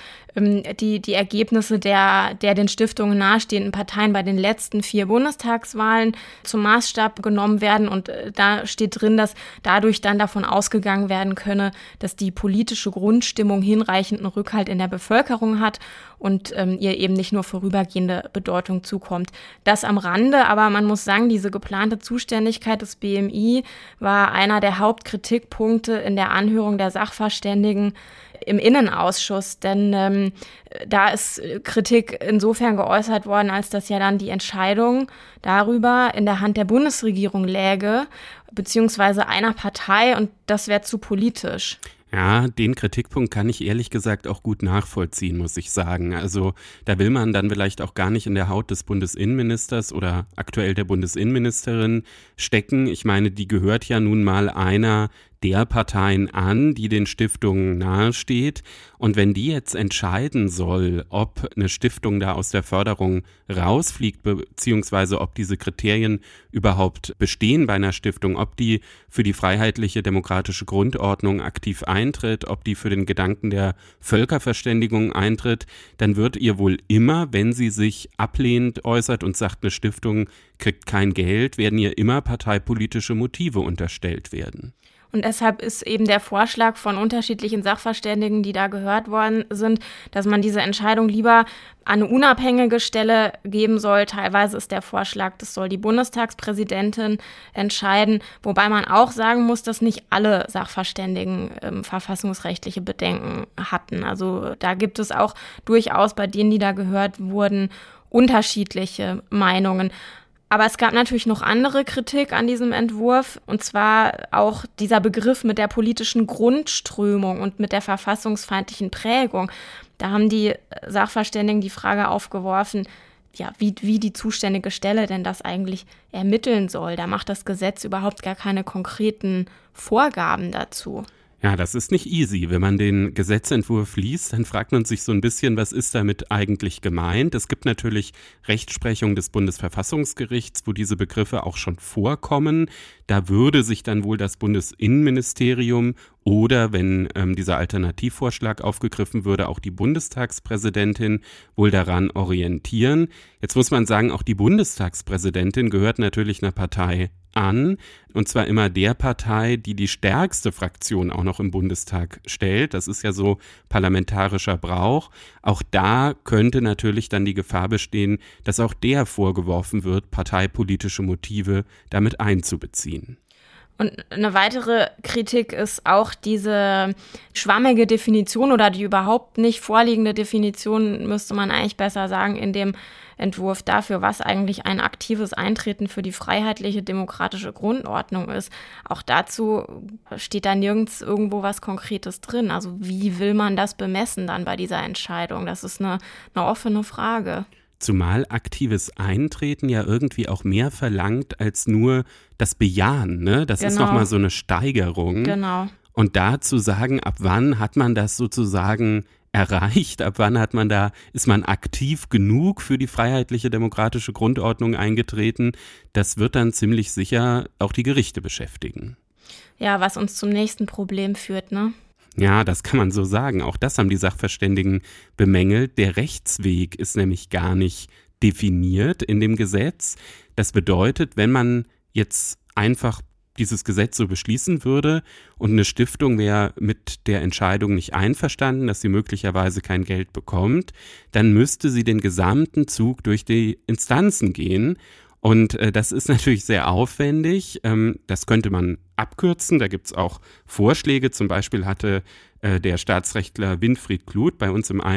die Ergebnisse der den Stiftungen nahestehenden Parteien bei den letzten 4 Bundestagswahlen zum Maßstab genommen werden. Und da steht drin, dass dadurch dann davon ausgegangen werden könne, dass die politische Grundstimmung hinreichenden Rückhalt in der Bevölkerung hat und ihr eben nicht nur vorübergehende Bedeutung zukommt. Das am Rande, aber man muss sagen, diese geplante Zuständigkeit des BMI war einer der Hauptkritikpunkte in der Anhörung der Sachverständigen im Innenausschuss, denn da ist Kritik insofern geäußert worden, als dass ja dann die Entscheidung darüber in der Hand der Bundesregierung läge, beziehungsweise einer Partei, und das wäre zu politisch. Ja, den Kritikpunkt kann ich ehrlich gesagt auch gut nachvollziehen, muss ich sagen. Also da will man dann vielleicht auch gar nicht in der Haut des Bundesinnenministers oder aktuell der Bundesinnenministerin stecken. Ich meine, die gehört ja nun mal einer der Parteien an, die den Stiftungen nahesteht. Und wenn die jetzt entscheiden soll, ob eine Stiftung da aus der Förderung rausfliegt, beziehungsweise ob diese Kriterien überhaupt bestehen bei einer Stiftung, ob die für die freiheitliche demokratische Grundordnung aktiv eintritt, ob die für den Gedanken der Völkerverständigung eintritt, dann wird ihr wohl immer, wenn sie sich ablehnend äußert und sagt, eine Stiftung kriegt kein Geld, werden ihr immer parteipolitische Motive unterstellt werden. Und deshalb ist eben der Vorschlag von unterschiedlichen Sachverständigen, die da gehört worden sind, dass man diese Entscheidung lieber an eine unabhängige Stelle geben soll. Teilweise ist der Vorschlag, das soll die Bundestagspräsidentin entscheiden, wobei man auch sagen muss, dass nicht alle Sachverständigen verfassungsrechtliche Bedenken hatten. Also da gibt es auch durchaus bei denen, die da gehört wurden, unterschiedliche Meinungen. Aber es gab natürlich noch andere Kritik an diesem Entwurf, und zwar auch dieser Begriff mit der politischen Grundströmung und mit der verfassungsfeindlichen Prägung. Da haben die Sachverständigen die Frage aufgeworfen, ja, wie die zuständige Stelle denn das eigentlich ermitteln soll. Da macht das Gesetz überhaupt gar keine konkreten Vorgaben dazu. Ja, das ist nicht easy. Wenn man den Gesetzentwurf liest, dann fragt man sich so ein bisschen, was ist damit eigentlich gemeint? Es gibt natürlich Rechtsprechung des Bundesverfassungsgerichts, wo diese Begriffe auch schon vorkommen. Da würde sich dann wohl das Bundesinnenministerium oder, wenn dieser Alternativvorschlag aufgegriffen würde, auch die Bundestagspräsidentin wohl daran orientieren. Jetzt muss man sagen, auch die Bundestagspräsidentin gehört natürlich einer Partei an, und zwar immer der Partei, die die stärkste Fraktion auch noch im Bundestag stellt. Das ist ja so parlamentarischer Brauch. Auch da könnte natürlich dann die Gefahr bestehen, dass auch der vorgeworfen wird, parteipolitische Motive damit einzubeziehen. Und eine weitere Kritik ist auch diese schwammige Definition oder die überhaupt nicht vorliegende Definition, müsste man eigentlich besser sagen, in dem Entwurf dafür, was eigentlich ein aktives Eintreten für die freiheitliche demokratische Grundordnung ist. Auch dazu steht da nirgends irgendwo was Konkretes drin. Also wie will man das bemessen dann bei dieser Entscheidung? Das ist eine offene Frage. Zumal aktives Eintreten ja irgendwie auch mehr verlangt als nur das Bejahen, ne? Das ist nochmal so eine Steigerung. Genau. Und da zu sagen, ab wann hat man das sozusagen erreicht, ab wann ist man aktiv genug für die freiheitliche demokratische Grundordnung eingetreten, das wird dann ziemlich sicher auch die Gerichte beschäftigen. Ja, was uns zum nächsten Problem führt, ne? Ja, das kann man so sagen. Auch das haben die Sachverständigen bemängelt. Der Rechtsweg ist nämlich gar nicht definiert in dem Gesetz. Das bedeutet, wenn man jetzt einfach dieses Gesetz so beschließen würde und eine Stiftung wäre mit der Entscheidung nicht einverstanden, dass sie möglicherweise kein Geld bekommt, dann müsste sie den gesamten Zug durch die Instanzen gehen. Und das ist natürlich sehr aufwendig. Das könnte man abkürzen. Da gibt es auch Vorschläge. Zum Beispiel hatte der Staatsrechtler Winfried Kluth bei uns im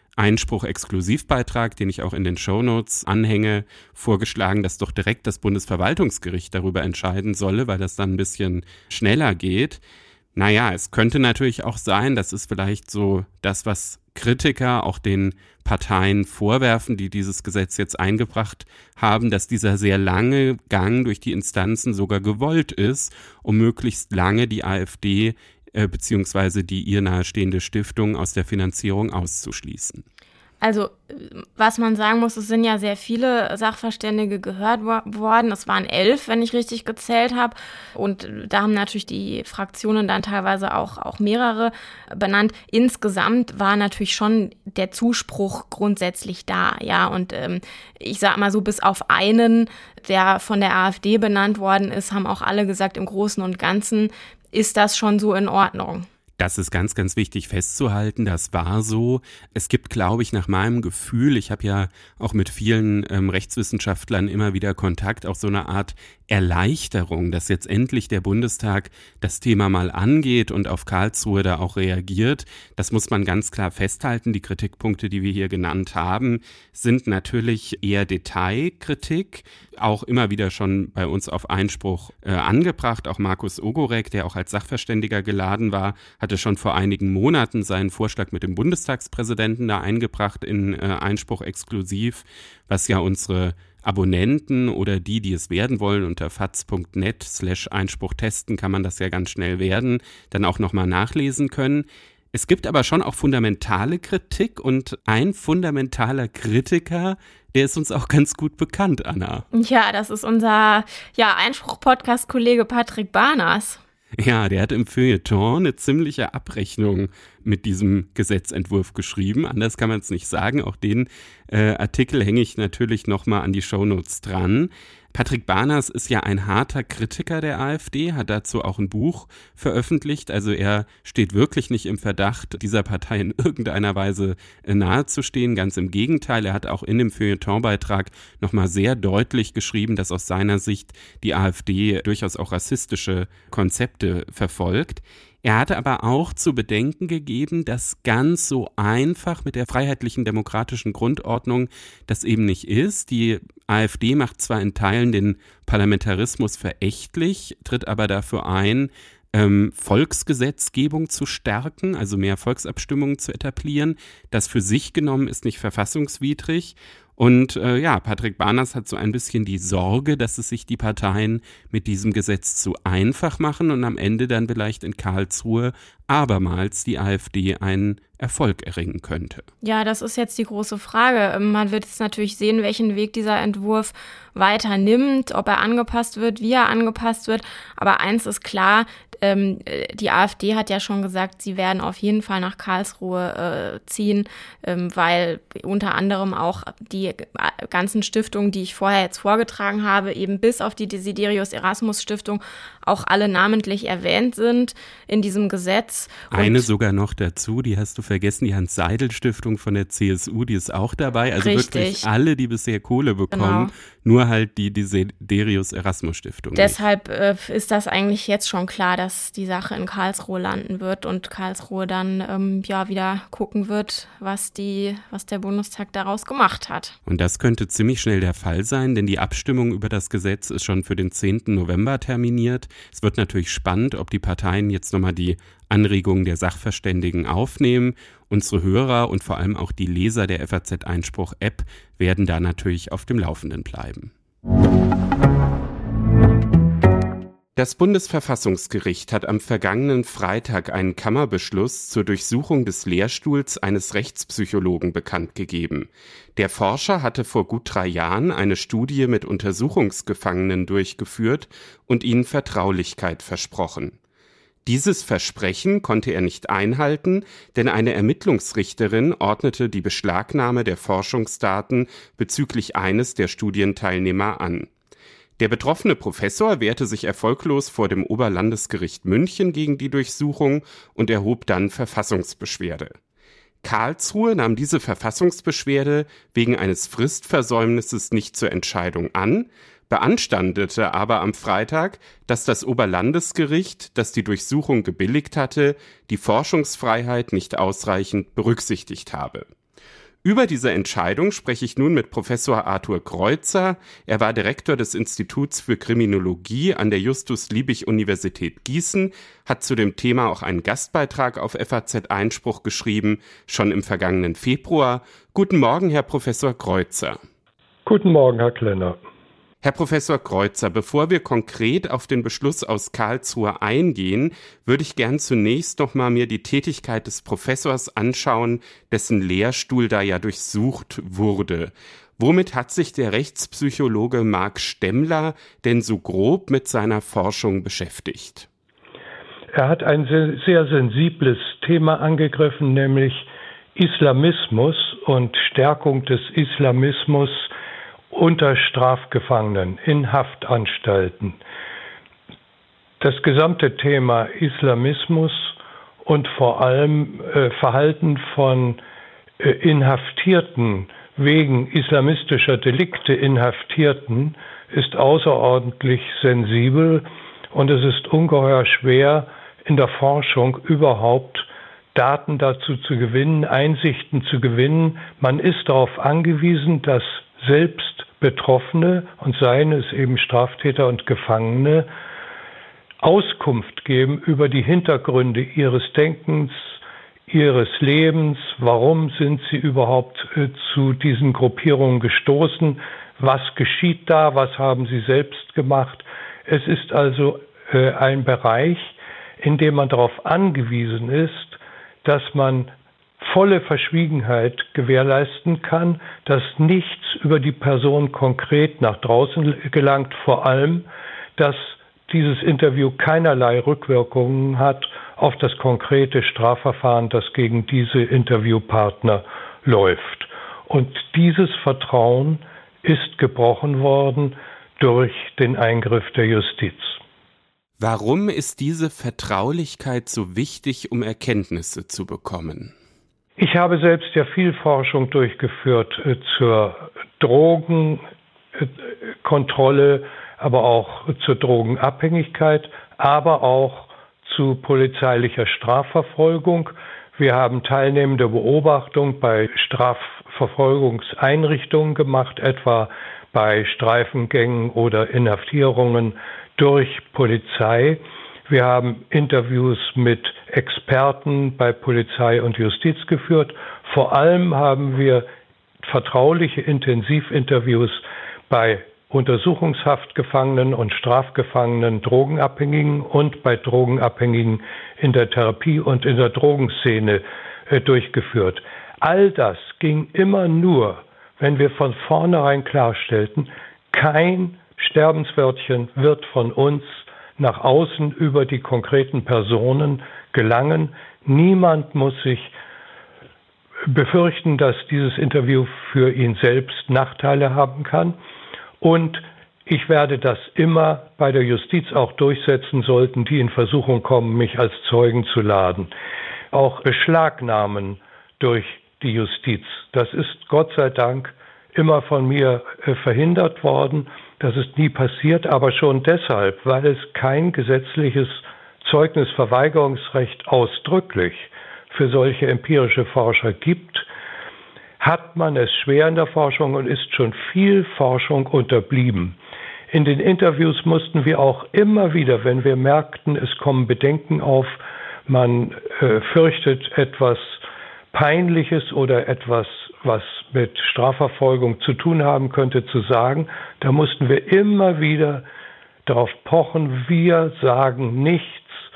Einspruch-Exklusivbeitrag, den ich auch in den Shownotes anhänge, vorgeschlagen, dass doch direkt das Bundesverwaltungsgericht darüber entscheiden solle, weil das dann ein bisschen schneller geht. Naja, es könnte natürlich auch sein, das ist vielleicht so das, was Kritiker auch den Parteien vorwerfen, die dieses Gesetz jetzt eingebracht haben, dass dieser sehr lange Gang durch die Instanzen sogar gewollt ist, um möglichst lange die AfD beziehungsweise die ihr nahestehende Stiftung aus der Finanzierung auszuschließen? Also, was man sagen muss, es sind ja sehr viele Sachverständige gehört worden. Es waren 11, wenn ich richtig gezählt habe. Und da haben natürlich die Fraktionen dann teilweise auch mehrere benannt. Insgesamt war natürlich schon der Zuspruch grundsätzlich da, ja. Und ich sag mal so, bis auf einen, der von der AfD benannt worden ist, haben auch alle gesagt, im Großen und Ganzen ist das schon so in Ordnung. Das ist ganz, ganz wichtig festzuhalten, das war so. Es gibt, glaube ich, nach meinem Gefühl, ich habe ja auch mit vielen Rechtswissenschaftlern immer wieder Kontakt, auch so eine Art Erleichterung, dass jetzt endlich der Bundestag das Thema mal angeht und auf Karlsruhe da auch reagiert. Das muss man ganz klar festhalten. Die Kritikpunkte, die wir hier genannt haben, sind natürlich eher Detailkritik, auch immer wieder schon bei uns auf Einspruch angebracht. Auch Markus Ogorek, der auch als Sachverständiger geladen war, hatte schon vor einigen Monaten seinen Vorschlag mit dem Bundestagspräsidenten da eingebracht in Einspruch exklusiv, was ja unsere Abonnenten oder die es werden wollen, unter faz.net/Einspruch testen kann man das ja ganz schnell werden, dann auch nochmal nachlesen können. Es gibt aber schon auch fundamentale Kritik und ein fundamentaler Kritiker, der ist uns auch ganz gut bekannt, Anna. Ja, das ist unser Einspruch-Podcast-Kollege Patrick Barners. Ja, der hat im Feuilleton eine ziemliche Abrechnung mit diesem Gesetzentwurf geschrieben. Anders kann man es nicht sagen. Auch den Artikel hänge ich natürlich nochmal an die Shownotes dran. Patrick Barners ist ja ein harter Kritiker der AfD, hat dazu auch ein Buch veröffentlicht. Also er steht wirklich nicht im Verdacht, dieser Partei in irgendeiner Weise nahezustehen. Ganz im Gegenteil, er hat auch in dem Feuilletonbeitrag nochmal sehr deutlich geschrieben, dass aus seiner Sicht die AfD durchaus auch rassistische Konzepte verfolgt. Er hatte aber auch zu bedenken gegeben, dass ganz so einfach mit der freiheitlichen demokratischen Grundordnung das eben nicht ist. Die AfD macht zwar in Teilen den Parlamentarismus verächtlich, tritt aber dafür ein, Volksgesetzgebung zu stärken, also mehr Volksabstimmungen zu etablieren. Das für sich genommen ist nicht verfassungswidrig. Und Patrick Barners hat so ein bisschen die Sorge, dass es sich die Parteien mit diesem Gesetz zu einfach machen und am Ende dann vielleicht in Karlsruhe abermals die AfD einen Erfolg erringen könnte. Ja, das ist jetzt die große Frage. Man wird jetzt natürlich sehen, welchen Weg dieser Entwurf weiter nimmt, ob er angepasst wird, wie er angepasst wird. Aber eins ist klar, die AfD hat ja schon gesagt, sie werden auf jeden Fall nach Karlsruhe ziehen, weil unter anderem auch die ganzen Stiftungen, die ich vorher jetzt vorgetragen habe, eben bis auf die Desiderius Erasmus Stiftung auch alle namentlich erwähnt sind in diesem Gesetz. Eine sogar noch dazu, die hast du vergessen, die Hans-Seidel-Stiftung von der CSU, die ist auch dabei. Also richtig. Wirklich alle, die bisher Kohle bekommen, genau. Nur halt die Desiderius Erasmus Stiftung. Deshalb ist das eigentlich jetzt schon klar, dass die Sache in Karlsruhe landen wird und Karlsruhe dann wieder gucken wird, was der Bundestag daraus gemacht hat. Und das könnte ziemlich schnell der Fall sein, denn die Abstimmung über das Gesetz ist schon für den 10. November terminiert. Es wird natürlich spannend, ob die Parteien jetzt nochmal die Anregungen der Sachverständigen aufnehmen. Unsere Hörer und vor allem auch die Leser der FAZ-Einspruch-App werden da natürlich auf dem Laufenden bleiben. Das Bundesverfassungsgericht hat am vergangenen Freitag einen Kammerbeschluss zur Durchsuchung des Lehrstuhls eines Rechtspsychologen bekannt gegeben. Der Forscher hatte vor gut 3 Jahren eine Studie mit Untersuchungsgefangenen durchgeführt und ihnen Vertraulichkeit versprochen. Dieses Versprechen konnte er nicht einhalten, denn eine Ermittlungsrichterin ordnete die Beschlagnahme der Forschungsdaten bezüglich eines der Studienteilnehmer an. Der betroffene Professor wehrte sich erfolglos vor dem Oberlandesgericht München gegen die Durchsuchung und erhob dann Verfassungsbeschwerde. Karlsruhe nahm diese Verfassungsbeschwerde wegen eines Fristversäumnisses nicht zur Entscheidung an, beanstandete aber am Freitag, dass das Oberlandesgericht, das die Durchsuchung gebilligt hatte, die Forschungsfreiheit nicht ausreichend berücksichtigt habe. Über diese Entscheidung spreche ich nun mit Professor Arthur Kreuzer. Er war Direktor des Instituts für Kriminologie an der Justus-Liebig-Universität Gießen, hat zu dem Thema auch einen Gastbeitrag auf FAZ-Einspruch geschrieben, schon im vergangenen Februar. Guten Morgen, Herr Professor Kreuzer. Guten Morgen, Herr Klenner. Herr Professor Kreuzer, bevor wir konkret auf den Beschluss aus Karlsruhe eingehen, würde ich gern zunächst noch mal mir die Tätigkeit des Professors anschauen, dessen Lehrstuhl da ja durchsucht wurde. Womit hat sich der Rechtspsychologe Marc Stemmler denn so grob mit seiner Forschung beschäftigt? Er hat ein sehr sensibles Thema angegriffen, nämlich Islamismus und Stärkung des Islamismus unter Strafgefangenen in Haftanstalten. Das gesamte Thema Islamismus und vor allem Verhalten von Inhaftierten wegen islamistischer Delikte Inhaftierten ist außerordentlich sensibel und es ist ungeheuer schwer, in der Forschung überhaupt Daten dazu zu gewinnen, Einsichten zu gewinnen. Man ist darauf angewiesen, dass selbst Betroffene, und seien es eben Straftäter und Gefangene, Auskunft geben über die Hintergründe ihres Denkens, ihres Lebens, warum sind sie überhaupt zu diesen Gruppierungen gestoßen, was geschieht da, was haben sie selbst gemacht. Es ist also ein Bereich, in dem man darauf angewiesen ist, dass man volle Verschwiegenheit gewährleisten kann, dass nichts über die Person konkret nach draußen gelangt, vor allem, dass dieses Interview keinerlei Rückwirkungen hat auf das konkrete Strafverfahren, das gegen diese Interviewpartner läuft. Und dieses Vertrauen ist gebrochen worden durch den Eingriff der Justiz. Warum ist diese Vertraulichkeit so wichtig, um Erkenntnisse zu bekommen? Ich habe selbst ja viel Forschung durchgeführt zur Drogenkontrolle, aber auch zur Drogenabhängigkeit, aber auch zu polizeilicher Strafverfolgung. Wir haben teilnehmende Beobachtung bei Strafverfolgungseinrichtungen gemacht, etwa bei Streifengängen oder Inhaftierungen durch Polizei. Wir haben Interviews mit Experten bei Polizei und Justiz geführt. Vor allem haben wir vertrauliche Intensivinterviews bei Untersuchungshaftgefangenen und Strafgefangenen, Drogenabhängigen und bei Drogenabhängigen in der Therapie und in der Drogenszene durchgeführt. All das ging immer nur, wenn wir von vornherein klarstellten, kein Sterbenswörtchen wird von uns nach außen über die konkreten Personen gelangen. Niemand muss sich befürchten, dass dieses Interview für ihn selbst Nachteile haben kann. Und ich werde das immer bei der Justiz auch durchsetzen, sollten die in Versuchung kommen, mich als Zeugen zu laden. Auch Beschlagnahmen durch die Justiz. Das ist Gott sei Dank immer von mir verhindert worden. Das ist nie passiert, aber schon deshalb, weil es kein gesetzliches Zeugnisverweigerungsrecht ausdrücklich für solche empirische Forscher gibt, hat man es schwer in der Forschung und ist schon viel Forschung unterblieben. In den Interviews mussten wir auch immer wieder, wenn wir merkten, es kommen Bedenken auf, man fürchtet etwas Peinliches oder etwas, was mit Strafverfolgung zu tun haben könnte, zu sagen, da mussten wir immer wieder darauf pochen, wir sagen nichts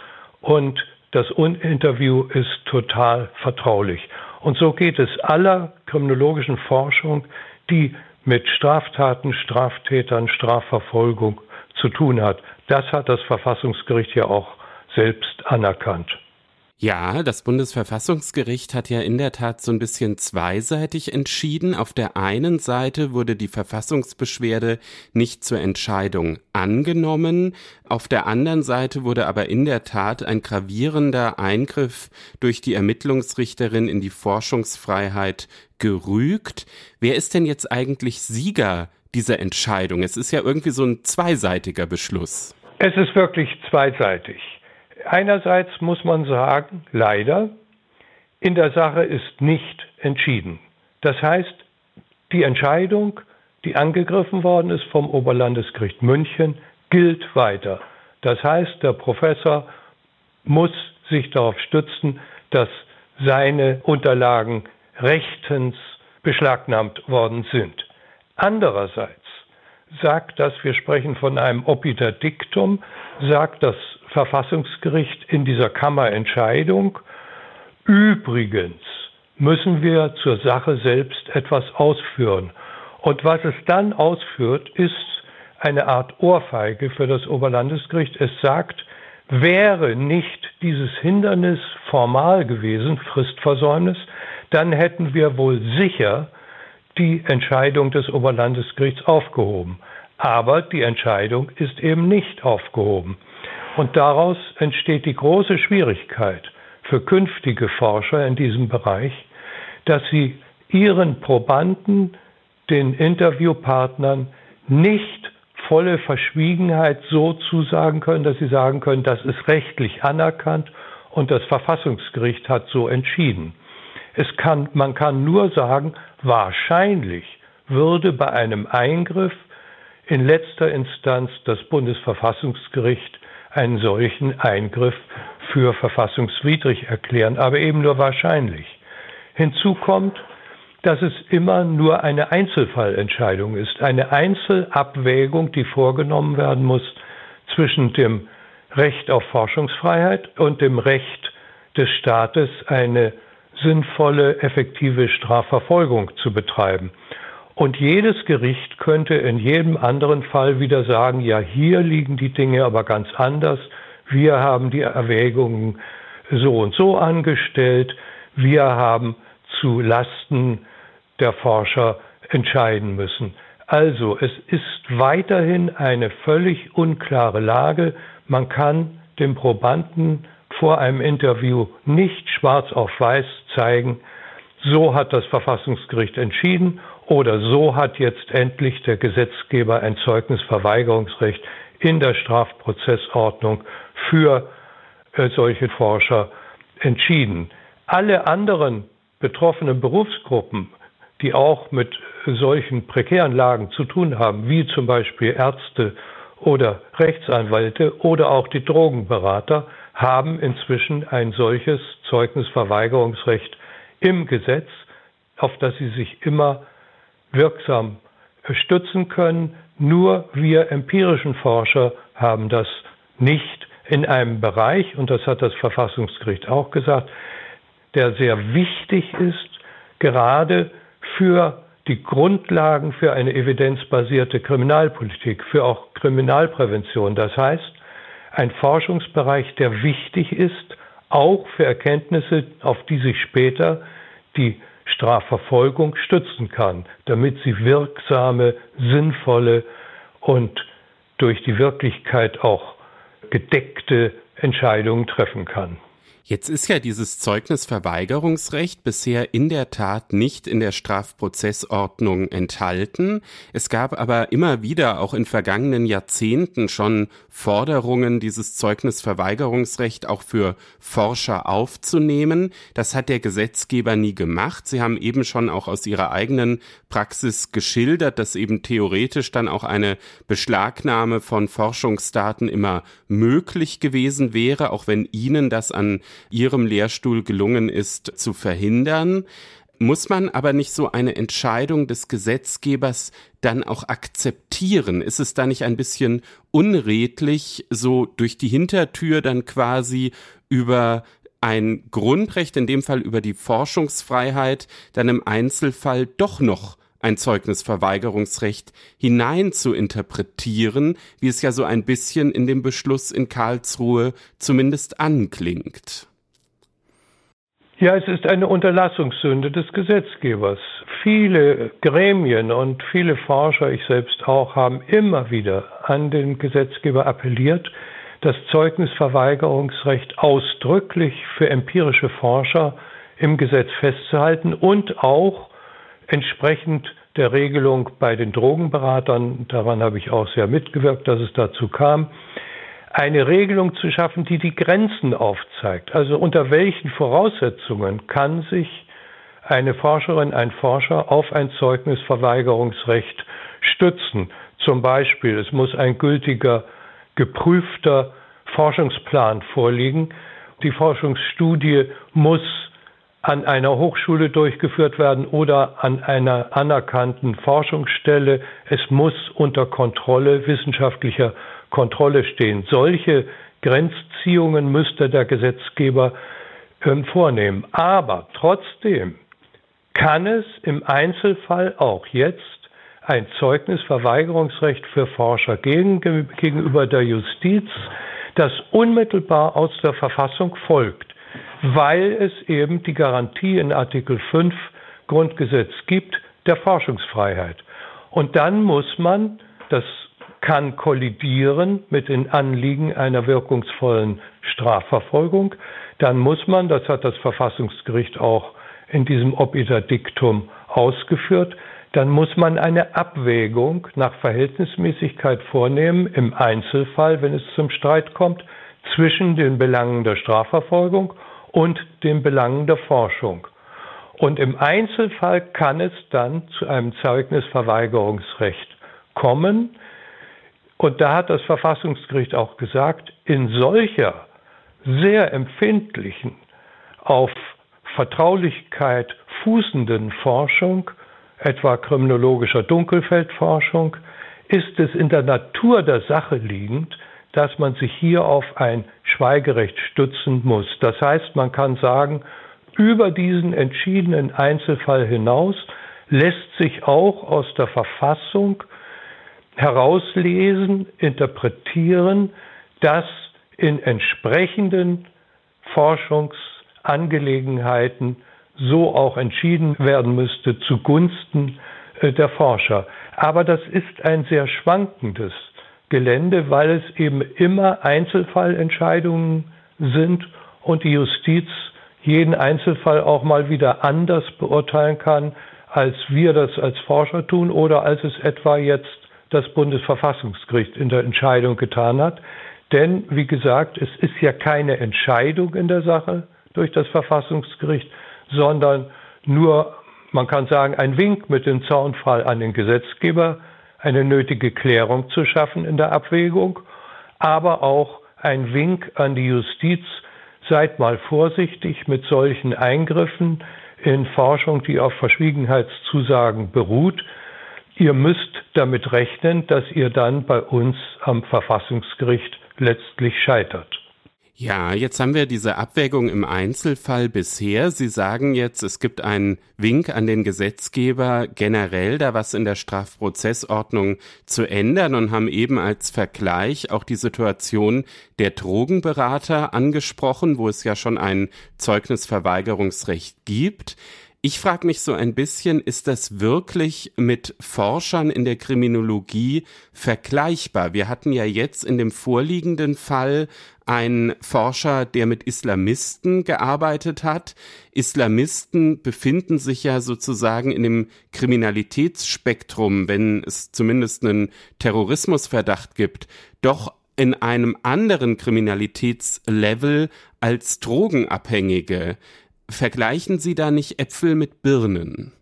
und das Interview ist total vertraulich. Und so geht es aller kriminologischen Forschung, die mit Straftaten, Straftätern, Strafverfolgung zu tun hat. Das hat das Verfassungsgericht ja auch selbst anerkannt. Ja, das Bundesverfassungsgericht hat ja in der Tat so ein bisschen zweiseitig entschieden. Auf der einen Seite wurde die Verfassungsbeschwerde nicht zur Entscheidung angenommen. Auf der anderen Seite wurde aber in der Tat ein gravierender Eingriff durch die Ermittlungsrichterin in die Forschungsfreiheit gerügt. Wer ist denn jetzt eigentlich Sieger dieser Entscheidung? Es ist ja irgendwie so ein zweiseitiger Beschluss. Es ist wirklich zweiseitig. Einerseits muss man sagen, leider, in der Sache ist nicht entschieden. Das heißt, die Entscheidung, die angegriffen worden ist vom Oberlandesgericht München, gilt weiter. Das heißt, der Professor muss sich darauf stützen, dass seine Unterlagen rechtens beschlagnahmt worden sind. Andererseits sagt das, wir sprechen von einem Obiter Dictum, sagt das Verfassungsgericht in dieser Kammerentscheidung, übrigens müssen wir zur Sache selbst etwas ausführen. Und was es dann ausführt, ist eine Art Ohrfeige für das Oberlandesgericht. Es sagt, wäre nicht dieses Hindernis formal gewesen, Fristversäumnis, dann hätten wir wohl sicher die Entscheidung des Oberlandesgerichts aufgehoben. Aber die Entscheidung ist eben nicht aufgehoben. Und daraus entsteht die große Schwierigkeit für künftige Forscher in diesem Bereich, dass sie ihren Probanden, den Interviewpartnern, nicht volle Verschwiegenheit so zusagen können, dass sie sagen können, das ist rechtlich anerkannt und das Verfassungsgericht hat so entschieden. Man kann nur sagen, wahrscheinlich würde bei einem Eingriff in letzter Instanz das Bundesverfassungsgericht einen solchen Eingriff für verfassungswidrig erklären, aber eben nur wahrscheinlich. Hinzu kommt, dass es immer nur eine Einzelfallentscheidung ist, eine Einzelabwägung, die vorgenommen werden muss zwischen dem Recht auf Forschungsfreiheit und dem Recht des Staates, eine sinnvolle, effektive Strafverfolgung zu betreiben. Und jedes Gericht könnte in jedem anderen Fall wieder sagen, ja, hier liegen die Dinge aber ganz anders. Wir haben die Erwägungen so und so angestellt. Wir haben zu Lasten der Forscher entscheiden müssen. Also, es ist weiterhin eine völlig unklare Lage. Man kann dem Probanden vor einem Interview nicht schwarz auf weiß zeigen, so hat das Verfassungsgericht entschieden oder so hat jetzt endlich der Gesetzgeber ein Zeugnisverweigerungsrecht in der Strafprozessordnung für solche Forscher entschieden. Alle anderen betroffenen Berufsgruppen, die auch mit solchen prekären Lagen zu tun haben, wie zum Beispiel Ärzte oder Rechtsanwälte oder auch die Drogenberater, haben inzwischen ein solches Zeugnisverweigerungsrecht im Gesetz, auf das sie sich immer wirksam stützen können. Nur wir empirischen Forscher haben das nicht in einem Bereich, und das hat das Verfassungsgericht auch gesagt, der sehr wichtig ist, gerade für die Grundlagen für eine evidenzbasierte Kriminalpolitik, für auch Kriminalprävention. Das heißt, ein Forschungsbereich, der wichtig ist, auch für Erkenntnisse, auf die sich später die Strafverfolgung stützen kann, damit sie wirksame, sinnvolle und durch die Wirklichkeit auch gedeckte Entscheidungen treffen kann. Jetzt ist ja dieses Zeugnisverweigerungsrecht bisher in der Tat nicht in der Strafprozessordnung enthalten. Es gab aber immer wieder, auch in vergangenen Jahrzehnten, schon Forderungen, dieses Zeugnisverweigerungsrecht auch für Forscher aufzunehmen. Das hat der Gesetzgeber nie gemacht. Sie haben eben schon auch aus Ihrer eigenen Praxis geschildert, dass eben theoretisch dann auch eine Beschlagnahme von Forschungsdaten immer möglich gewesen wäre, auch wenn Ihnen das an Ihrem Lehrstuhl gelungen ist, zu verhindern. Muss man aber nicht so eine Entscheidung des Gesetzgebers dann auch akzeptieren? Ist es da nicht ein bisschen unredlich, so durch die Hintertür dann quasi über ein Grundrecht, in dem Fall über die Forschungsfreiheit, dann im Einzelfall doch noch ein Zeugnisverweigerungsrecht hinein zu interpretieren, wie es ja so ein bisschen in dem Beschluss in Karlsruhe zumindest anklingt? Ja, es ist eine Unterlassungssünde des Gesetzgebers. Viele Gremien und viele Forscher, ich selbst auch, haben immer wieder an den Gesetzgeber appelliert, das Zeugnisverweigerungsrecht ausdrücklich für empirische Forscher im Gesetz festzuhalten und auch entsprechend der Regelung bei den Drogenberatern, daran habe ich auch sehr mitgewirkt, dass es dazu kam, eine Regelung zu schaffen, die die Grenzen aufzeigt. Also unter welchen Voraussetzungen kann sich eine Forscherin, ein Forscher auf ein Zeugnisverweigerungsrecht stützen. Zum Beispiel, es muss ein gültiger, geprüfter Forschungsplan vorliegen. Die Forschungsstudie muss an einer Hochschule durchgeführt werden oder an einer anerkannten Forschungsstelle. Es muss unter Kontrolle, wissenschaftlicher Kontrolle stehen. Solche Grenzziehungen müsste der Gesetzgeber vornehmen. Aber trotzdem kann es im Einzelfall auch jetzt ein Zeugnisverweigerungsrecht für Forscher gegenüber der Justiz, das unmittelbar aus der Verfassung folgt, weil es eben die Garantie in Artikel 5 Grundgesetz gibt, der Forschungsfreiheit. Und dann muss man, das kann kollidieren mit den Anliegen einer wirkungsvollen Strafverfolgung, dann muss man, das hat das Verfassungsgericht auch in diesem Obiter-Diktum ausgeführt, dann muss man eine Abwägung nach Verhältnismäßigkeit vornehmen, im Einzelfall, wenn es zum Streit kommt, zwischen den Belangen der Strafverfolgung und den Belangen der Forschung. Und im Einzelfall kann es dann zu einem Zeugnisverweigerungsrecht kommen. Und da hat das Verfassungsgericht auch gesagt, in solcher sehr empfindlichen, auf Vertraulichkeit fußenden Forschung, etwa kriminologischer Dunkelfeldforschung, ist es in der Natur der Sache liegend, dass man sich hier auf ein Schweigerecht stützen muss. Das heißt, man kann sagen, über diesen entschiedenen Einzelfall hinaus lässt sich auch aus der Verfassung herauslesen, interpretieren, dass in entsprechenden Forschungsangelegenheiten so auch entschieden werden müsste zugunsten der Forscher. Aber das ist ein sehr schwankendes Gelände, weil es eben immer Einzelfallentscheidungen sind und die Justiz jeden Einzelfall auch mal wieder anders beurteilen kann, als wir das als Forscher tun oder als es etwa jetzt das Bundesverfassungsgericht in der Entscheidung getan hat. Denn, wie gesagt, es ist ja keine Entscheidung in der Sache durch das Verfassungsgericht, sondern nur, man kann sagen, ein Wink mit dem Zaunpfahl an den Gesetzgeber, eine nötige Klärung zu schaffen in der Abwägung, aber auch ein Wink an die Justiz, seid mal vorsichtig mit solchen Eingriffen in Forschung, die auf Verschwiegenheitszusagen beruht. Ihr müsst damit rechnen, dass ihr dann bei uns am Verfassungsgericht letztlich scheitert. Ja, jetzt haben wir diese Abwägung im Einzelfall bisher. Sie sagen jetzt, es gibt einen Wink an den Gesetzgeber, generell da was in der Strafprozessordnung zu ändern und haben eben als Vergleich auch die Situation der Drogenberater angesprochen, wo es ja schon ein Zeugnisverweigerungsrecht gibt. Ich frage mich so ein bisschen, ist das wirklich mit Forschern in der Kriminologie vergleichbar? Wir hatten ja jetzt in dem vorliegenden Fall einen Forscher, der mit Islamisten gearbeitet hat. Islamisten befinden sich ja sozusagen in dem Kriminalitätsspektrum, wenn es zumindest einen Terrorismusverdacht gibt, doch in einem anderen Kriminalitätslevel als Drogenabhängige. Vergleichen Sie da nicht Äpfel mit Birnen?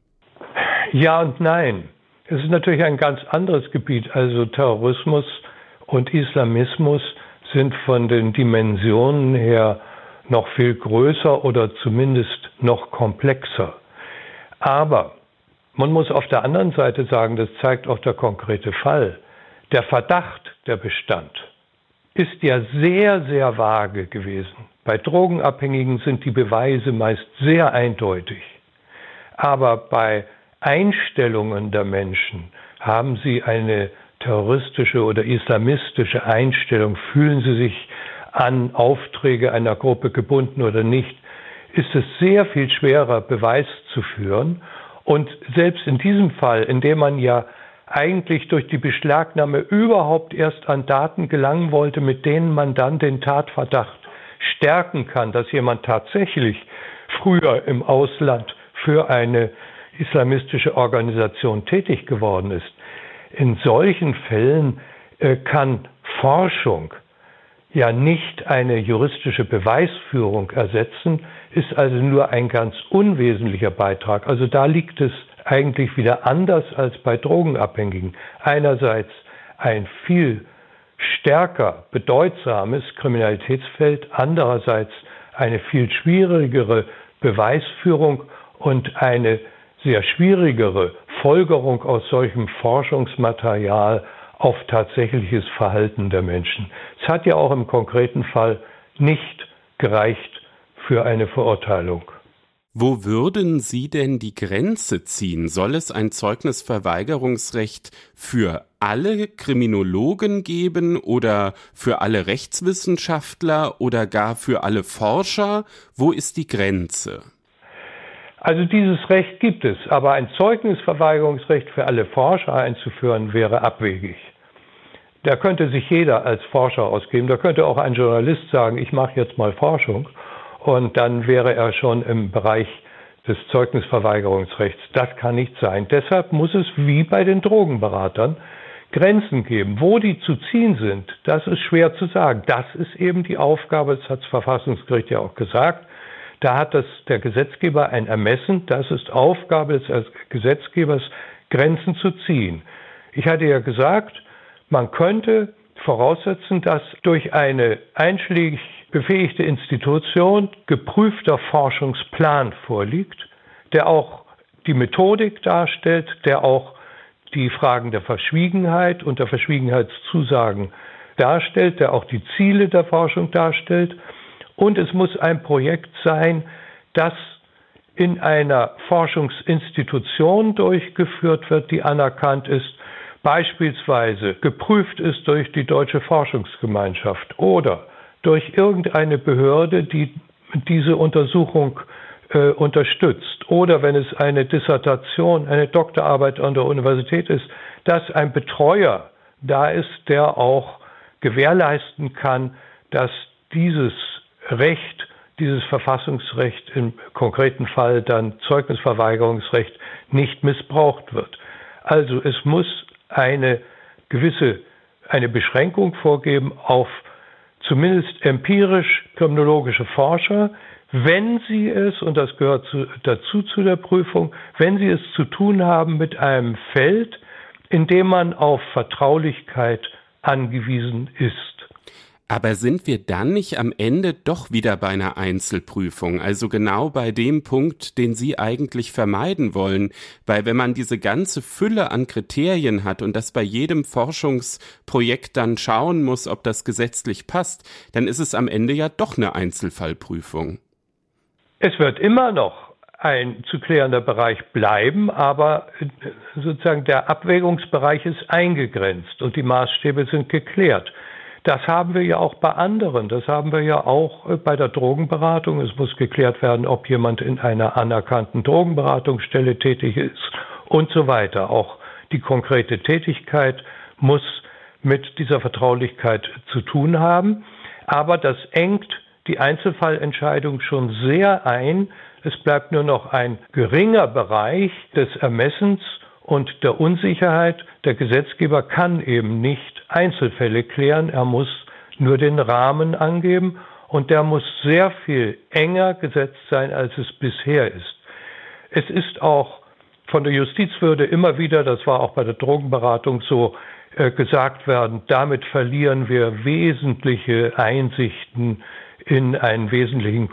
Ja und nein. Es ist natürlich ein ganz anderes Gebiet. Also Terrorismus und Islamismus sind von den Dimensionen her noch viel größer oder zumindest noch komplexer. Aber man muss auf der anderen Seite sagen, das zeigt auch der konkrete Fall, der Verdacht, der bestand, ist ja sehr, sehr vage gewesen. Bei Drogenabhängigen sind die Beweise meist sehr eindeutig. Aber bei Einstellungen der Menschen haben sie eine terroristische oder islamistische Einstellung, fühlen sie sich an Aufträge einer Gruppe gebunden oder nicht, ist es sehr viel schwerer, Beweis zu führen. Und selbst in diesem Fall, in dem man ja eigentlich durch die Beschlagnahme überhaupt erst an Daten gelangen wollte, mit denen man dann den Tatverdacht stärken kann, dass jemand tatsächlich früher im Ausland für eine islamistische Organisation tätig geworden ist. In solchen Fällen kann Forschung ja nicht eine juristische Beweisführung ersetzen, ist also nur ein ganz unwesentlicher Beitrag. Also da liegt es eigentlich wieder anders als bei Drogenabhängigen. Einerseits ein viel stärker bedeutsames Kriminalitätsfeld, andererseits eine viel schwierigere Beweisführung und eine sehr schwierigere Folgerung aus solchem Forschungsmaterial auf tatsächliches Verhalten der Menschen. Es hat ja auch im konkreten Fall nicht gereicht für eine Verurteilung. Wo würden Sie denn die Grenze ziehen? Soll es ein Zeugnisverweigerungsrecht für alle Kriminologen geben oder für alle Rechtswissenschaftler oder gar für alle Forscher? Wo ist die Grenze? Also dieses Recht gibt es, aber ein Zeugnisverweigerungsrecht für alle Forscher einzuführen, wäre abwegig. Da könnte sich jeder als Forscher ausgeben. Da könnte auch ein Journalist sagen, ich mache jetzt mal Forschung. Und dann wäre er schon im Bereich des Zeugnisverweigerungsrechts. Das kann nicht sein. Deshalb muss es wie bei den Drogenberatern Grenzen geben. Wo die zu ziehen sind, das ist schwer zu sagen. Das ist eben die Aufgabe, das hat das Verfassungsgericht ja auch gesagt. Da hat der Gesetzgeber ein Ermessen. Das ist Aufgabe des Gesetzgebers, Grenzen zu ziehen. Ich hatte ja gesagt, man könnte voraussetzen, dass durch eine einschlägig befähigte Institution geprüfter Forschungsplan vorliegt, der auch die Methodik darstellt, der auch die Fragen der Verschwiegenheit und der Verschwiegenheitszusagen darstellt, der auch die Ziele der Forschung darstellt. Und es muss ein Projekt sein, das in einer Forschungsinstitution durchgeführt wird, die anerkannt ist, beispielsweise geprüft ist durch die Deutsche Forschungsgemeinschaft oder durch irgendeine Behörde, die diese Untersuchung unterstützt. Oder wenn es eine Dissertation, eine Doktorarbeit an der Universität ist, dass ein Betreuer da ist, der auch gewährleisten kann, dass dieses Recht, dieses Verfassungsrecht, im konkreten Fall dann Zeugnisverweigerungsrecht, nicht missbraucht wird. Also es muss eine Beschränkung vorgeben auf zumindest empirisch-kriminologische Forscher, wenn sie es, und das gehört dazu zu der Prüfung, wenn sie es zu tun haben mit einem Feld, in dem man auf Vertraulichkeit angewiesen ist. Aber sind wir dann nicht am Ende doch wieder bei einer Einzelprüfung? Also genau bei dem Punkt, den Sie eigentlich vermeiden wollen. Weil wenn man diese ganze Fülle an Kriterien hat und das bei jedem Forschungsprojekt dann schauen muss, ob das gesetzlich passt, dann ist es am Ende ja doch eine Einzelfallprüfung. Es wird immer noch ein zu klärender Bereich bleiben, aber sozusagen der Abwägungsbereich ist eingegrenzt und die Maßstäbe sind geklärt. Das haben wir ja auch bei anderen. Das haben wir ja auch bei der Drogenberatung. Es muss geklärt werden, ob jemand in einer anerkannten Drogenberatungsstelle tätig ist und so weiter. Auch die konkrete Tätigkeit muss mit dieser Vertraulichkeit zu tun haben. Aber das engt die Einzelfallentscheidung schon sehr ein. Es bleibt nur noch ein geringer Bereich des Ermessens und der Unsicherheit. Der Gesetzgeber kann eben nicht Einzelfälle klären, er muss nur den Rahmen angeben und der muss sehr viel enger gesetzt sein, als es bisher ist. Es ist auch von der Justizbehörde immer wieder, das war auch bei der Drogenberatung so, gesagt werden, damit verlieren wir wesentliche Einsichten in einen wesentlichen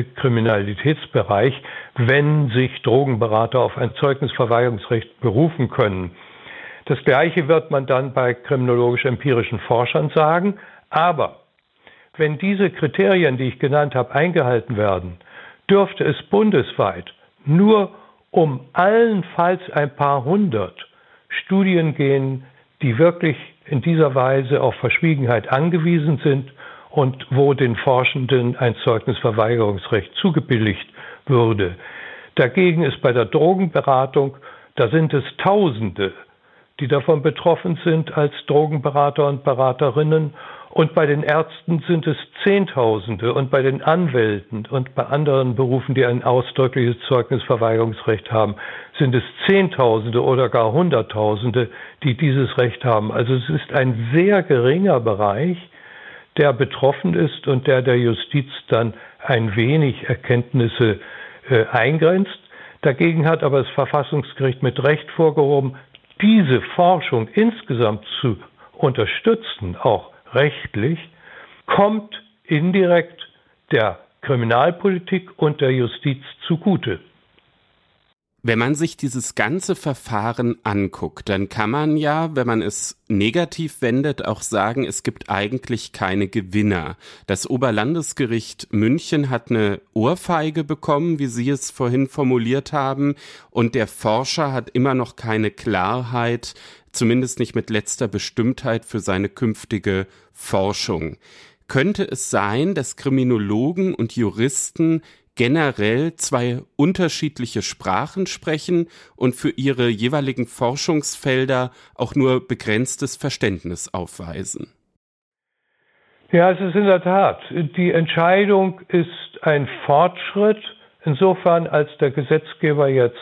Kriminalitätsbereich, wenn sich Drogenberater auf ein Zeugnisverweigerungsrecht berufen können. Das Gleiche wird man dann bei kriminologisch-empirischen Forschern sagen. Aber wenn diese Kriterien, die ich genannt habe, eingehalten werden, dürfte es bundesweit nur um allenfalls ein paar hundert Studien gehen, die wirklich in dieser Weise auf Verschwiegenheit angewiesen sind und wo den Forschenden ein Zeugnisverweigerungsrecht zugebilligt würde. Dagegen ist bei der Drogenberatung, da sind es Tausende, die davon betroffen sind als Drogenberater und Beraterinnen. Und bei den Ärzten sind es Zehntausende und bei den Anwälten und bei anderen Berufen, die ein ausdrückliches Zeugnisverweigerungsrecht haben, sind es Zehntausende oder gar Hunderttausende, die dieses Recht haben. Also es ist ein sehr geringer Bereich, der betroffen ist und der Justiz dann ein wenig Erkenntnisse eingrenzt. Dagegen hat aber das Verfassungsgericht mit Recht vorgehoben, diese Forschung insgesamt zu unterstützen, auch rechtlich, kommt indirekt der Kriminalpolitik und der Justiz zugute. Wenn man sich dieses ganze Verfahren anguckt, dann kann man ja, wenn man es negativ wendet, auch sagen, es gibt eigentlich keine Gewinner. Das Oberlandesgericht München hat eine Ohrfeige bekommen, wie Sie es vorhin formuliert haben, und der Forscher hat immer noch keine Klarheit, zumindest nicht mit letzter Bestimmtheit für seine künftige Forschung. Könnte es sein, dass Kriminologen und Juristen generell zwei unterschiedliche Sprachen sprechen und für ihre jeweiligen Forschungsfelder auch nur begrenztes Verständnis aufweisen? Ja, es ist in der Tat. Die Entscheidung ist ein Fortschritt, insofern als der Gesetzgeber jetzt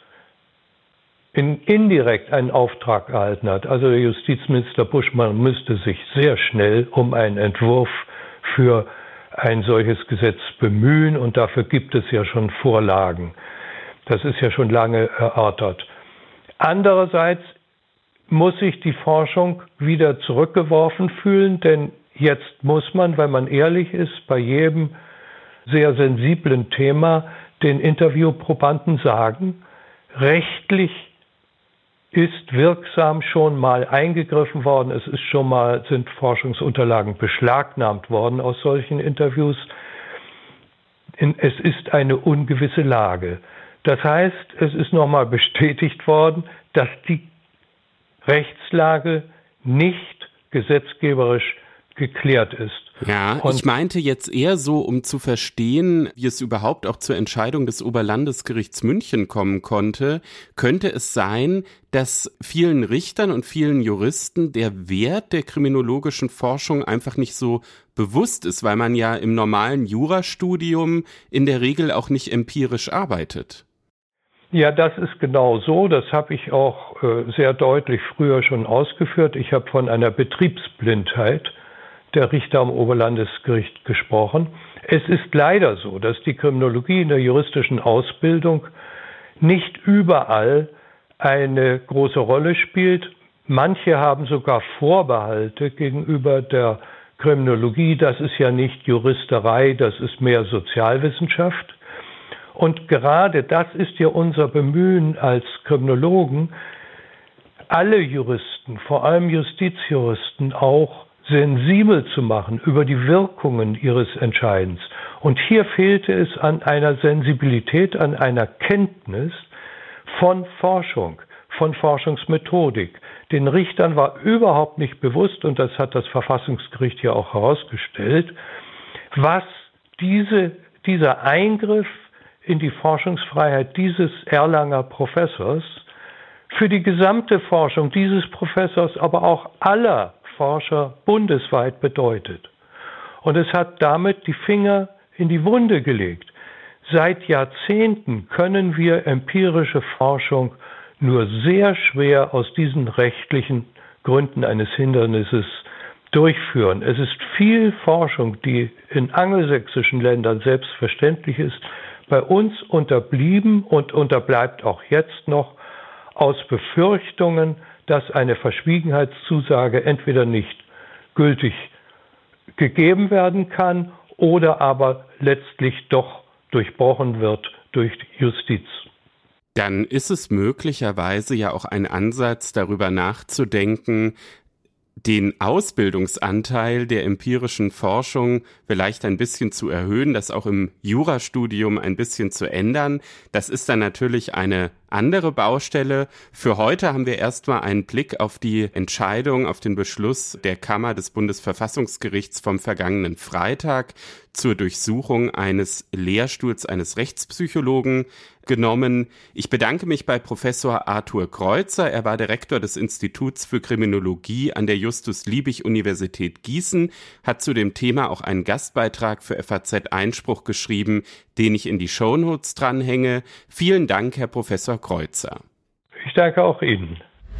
indirekt einen Auftrag erhalten hat. Also der Justizminister Buschmann müsste sich sehr schnell um einen Entwurf für ein solches Gesetz bemühen, und dafür gibt es ja schon Vorlagen. Das ist ja schon lange erörtert. Andererseits muss sich die Forschung wieder zurückgeworfen fühlen, denn jetzt muss man, wenn man ehrlich ist, bei jedem sehr sensiblen Thema den Interviewprobanden sagen, rechtlich ist wirksam schon mal eingegriffen worden. Es ist sind Forschungsunterlagen beschlagnahmt worden aus solchen Interviews. Es ist eine ungewisse Lage. Das heißt, es ist nochmal bestätigt worden, dass die Rechtslage nicht gesetzgeberisch geklärt ist. Ja, ich meinte jetzt eher so, um zu verstehen, wie es überhaupt auch zur Entscheidung des Oberlandesgerichts München kommen konnte, könnte es sein, dass vielen Richtern und vielen Juristen der Wert der kriminologischen Forschung einfach nicht so bewusst ist, weil man ja im normalen Jurastudium in der Regel auch nicht empirisch arbeitet. Ja, das ist genau so. Das habe ich auch sehr deutlich früher schon ausgeführt. Ich habe von einer Betriebsblindheit der Richter am Oberlandesgericht gesprochen. Es ist leider so, dass die Kriminologie in der juristischen Ausbildung nicht überall eine große Rolle spielt. Manche haben sogar Vorbehalte gegenüber der Kriminologie. Das ist ja nicht Juristerei, das ist mehr Sozialwissenschaft. Und gerade das ist ja unser Bemühen als Kriminologen, alle Juristen, vor allem Justizjuristen, auch sensibel zu machen über die Wirkungen ihres Entscheidens. Und hier fehlte es an einer Sensibilität, an einer Kenntnis von Forschung, von Forschungsmethodik. Den Richtern war überhaupt nicht bewusst, und das hat das Verfassungsgericht ja auch herausgestellt, was dieser Eingriff in die Forschungsfreiheit dieses Erlanger Professors für die gesamte Forschung dieses Professors, aber auch aller Forscher bundesweit bedeutet. Und es hat damit die Finger in die Wunde gelegt. Seit Jahrzehnten können wir empirische Forschung nur sehr schwer aus diesen rechtlichen Gründen eines Hindernisses durchführen. Es ist viel Forschung, die in angelsächsischen Ländern selbstverständlich ist, bei uns unterblieben und unterbleibt auch jetzt noch aus Befürchtungen, dass eine Verschwiegenheitszusage entweder nicht gültig gegeben werden kann oder aber letztlich doch durchbrochen wird durch Justiz. Dann ist es möglicherweise ja auch ein Ansatz, darüber nachzudenken, den Ausbildungsanteil der empirischen Forschung vielleicht ein bisschen zu erhöhen, das auch im Jurastudium ein bisschen zu ändern. Das ist dann natürlich eine andere Baustelle. Für heute haben wir erstmal einen Blick auf die Entscheidung, auf den Beschluss der Kammer des Bundesverfassungsgerichts vom vergangenen Freitag zur Durchsuchung eines Lehrstuhls eines Rechtspsychologen genommen. Ich bedanke mich bei Professor Arthur Kreuzer. Er war Direktor des Instituts für Kriminologie an der Justus-Liebig-Universität Gießen, hat zu dem Thema auch einen Gastbeitrag für FAZ Einspruch geschrieben, den ich in die Shownotes dranhänge. Vielen Dank, Herr Professor Kreuzer. Ich danke auch Ihnen.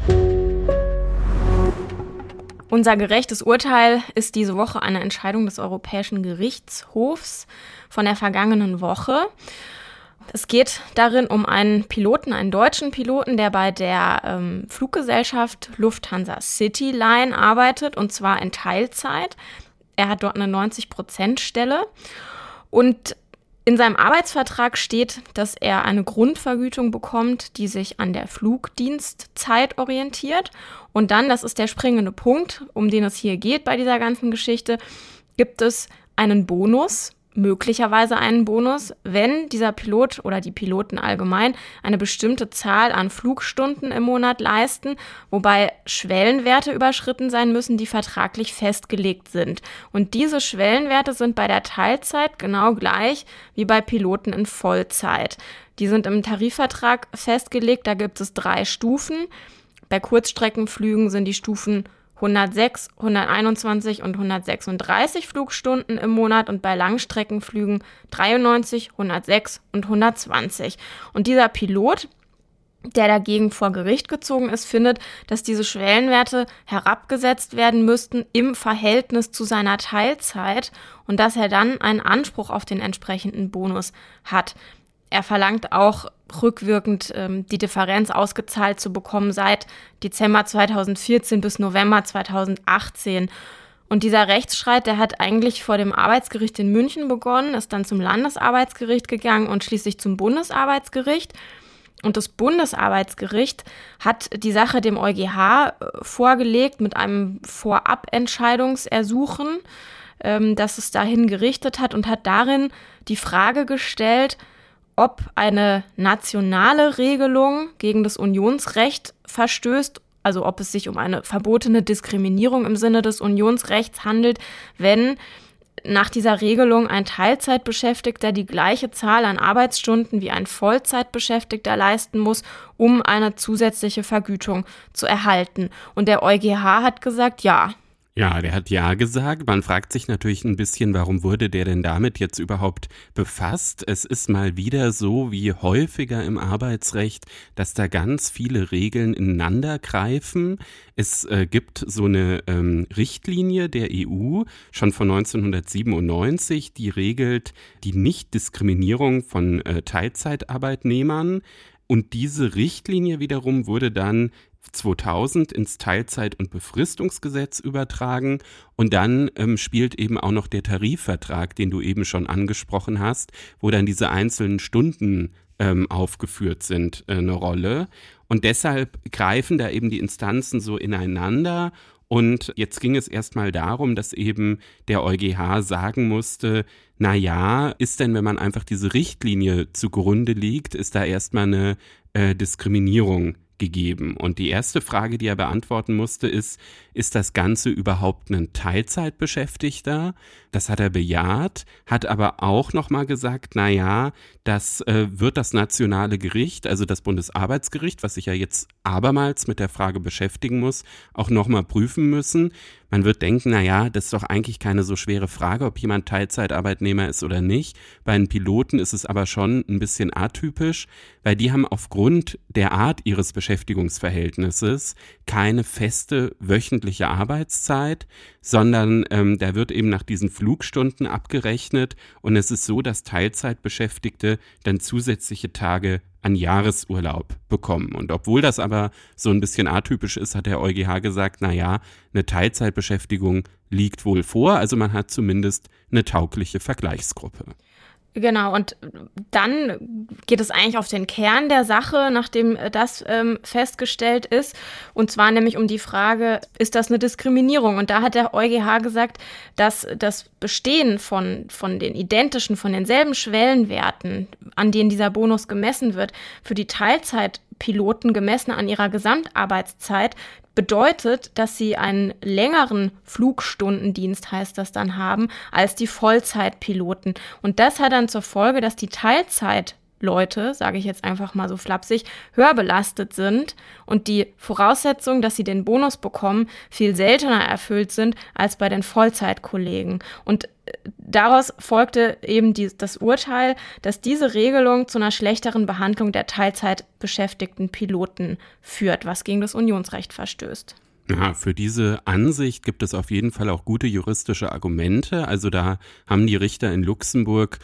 Unser gerechtes Urteil ist diese Woche eine Entscheidung des Europäischen Gerichtshofs von der vergangenen Woche. Es geht darin um einen deutschen Piloten, der bei der Fluggesellschaft Lufthansa Cityline arbeitet, und zwar in Teilzeit. Er hat dort eine 90%-Stelle. Und in seinem Arbeitsvertrag steht, dass er eine Grundvergütung bekommt, die sich an der Flugdienstzeit orientiert. Und dann, das ist der springende Punkt, um den es hier geht bei dieser ganzen Geschichte, gibt es einen Bonus, möglicherweise einen Bonus, wenn dieser Pilot oder die Piloten allgemein eine bestimmte Zahl an Flugstunden im Monat leisten, wobei Schwellenwerte überschritten sein müssen, die vertraglich festgelegt sind. Und diese Schwellenwerte sind bei der Teilzeit genau gleich wie bei Piloten in Vollzeit. Die sind im Tarifvertrag festgelegt, da gibt es 3 Stufen. Bei Kurzstreckenflügen sind die Stufen 106, 121 und 136 Flugstunden im Monat und bei Langstreckenflügen 93, 106 und 120. Und dieser Pilot, der dagegen vor Gericht gezogen ist, findet, dass diese Schwellenwerte herabgesetzt werden müssten im Verhältnis zu seiner Teilzeit und dass er dann einen Anspruch auf den entsprechenden Bonus hat. Er verlangt auch rückwirkend die Differenz ausgezahlt zu bekommen seit Dezember 2014 bis November 2018. Und dieser Rechtsstreit, der hat eigentlich vor dem Arbeitsgericht in München begonnen, ist dann zum Landesarbeitsgericht gegangen und schließlich zum Bundesarbeitsgericht. Und das Bundesarbeitsgericht hat die Sache dem EuGH vorgelegt mit einem Vorabentscheidungsersuchen, das es dahin gerichtet hat und hat darin die Frage gestellt, ob eine nationale Regelung gegen das Unionsrecht verstößt, also ob es sich um eine verbotene Diskriminierung im Sinne des Unionsrechts handelt, wenn nach dieser Regelung ein Teilzeitbeschäftigter die gleiche Zahl an Arbeitsstunden wie ein Vollzeitbeschäftigter leisten muss, um eine zusätzliche Vergütung zu erhalten. Und der EuGH hat gesagt, ja. Ja, der hat ja gesagt. Man fragt sich natürlich ein bisschen, warum wurde der denn damit jetzt überhaupt befasst? Es ist mal wieder so wie häufiger im Arbeitsrecht, dass da ganz viele Regeln ineinander greifen. Es gibt so eine Richtlinie der EU, schon von 1997, die regelt die Nichtdiskriminierung von Teilzeitarbeitnehmern. Und diese Richtlinie wiederum wurde dann 2000 ins Teilzeit- und Befristungsgesetz übertragen und dann spielt eben auch noch der Tarifvertrag, den du eben schon angesprochen hast, wo dann diese einzelnen Stunden aufgeführt sind, eine Rolle. Und deshalb greifen da eben die Instanzen so ineinander. Und jetzt ging es erstmal darum, dass eben der EuGH sagen musste, na ja, ist denn, wenn man einfach diese Richtlinie zugrunde liegt, ist da erstmal eine Diskriminierung gegeben. Und die erste Frage, die er beantworten musste, ist das Ganze überhaupt ein Teilzeitbeschäftigter? Das hat er bejaht, hat aber auch nochmal gesagt, na ja, das wird das nationale Gericht, also das Bundesarbeitsgericht, was sich ja jetzt abermals mit der Frage beschäftigen muss, auch nochmal prüfen müssen. Man wird denken, na ja, das ist doch eigentlich keine so schwere Frage, ob jemand Teilzeitarbeitnehmer ist oder nicht. Bei den Piloten ist es aber schon ein bisschen atypisch, weil die haben aufgrund der Art ihres Beschäftigungsverhältnisses keine feste wöchentliche Arbeitszeit, sondern da wird eben nach diesen Flugstunden abgerechnet und es ist so, dass Teilzeitbeschäftigte dann zusätzliche Tage an Jahresurlaub bekommen. Und obwohl das aber so ein bisschen atypisch ist, hat der EuGH gesagt, na ja, eine Teilzeitbeschäftigung liegt wohl vor, also man hat zumindest eine taugliche Vergleichsgruppe. Genau, und dann geht es eigentlich auf den Kern der Sache, nachdem das festgestellt ist, und zwar nämlich um die Frage, ist das eine Diskriminierung? Und da hat der EuGH gesagt, dass das Bestehen von denselben Schwellenwerten, an denen dieser Bonus gemessen wird, für die Teilzeitpiloten gemessen an ihrer Gesamtarbeitszeit, bedeutet, dass sie einen längeren Flugstundendienst, heißt das dann, haben, als die Vollzeitpiloten. Und das hat dann zur Folge, dass die Teilzeitleute, sage ich jetzt einfach mal so flapsig, höher belastet sind und die Voraussetzungen, dass sie den Bonus bekommen, viel seltener erfüllt sind als bei den Vollzeitkollegen. Und daraus folgte eben das Urteil, dass diese Regelung zu einer schlechteren Behandlung der teilzeitbeschäftigten Piloten führt, was gegen das Unionsrecht verstößt. Ja, für diese Ansicht gibt es auf jeden Fall auch gute juristische Argumente. Also da haben die Richter in Luxemburg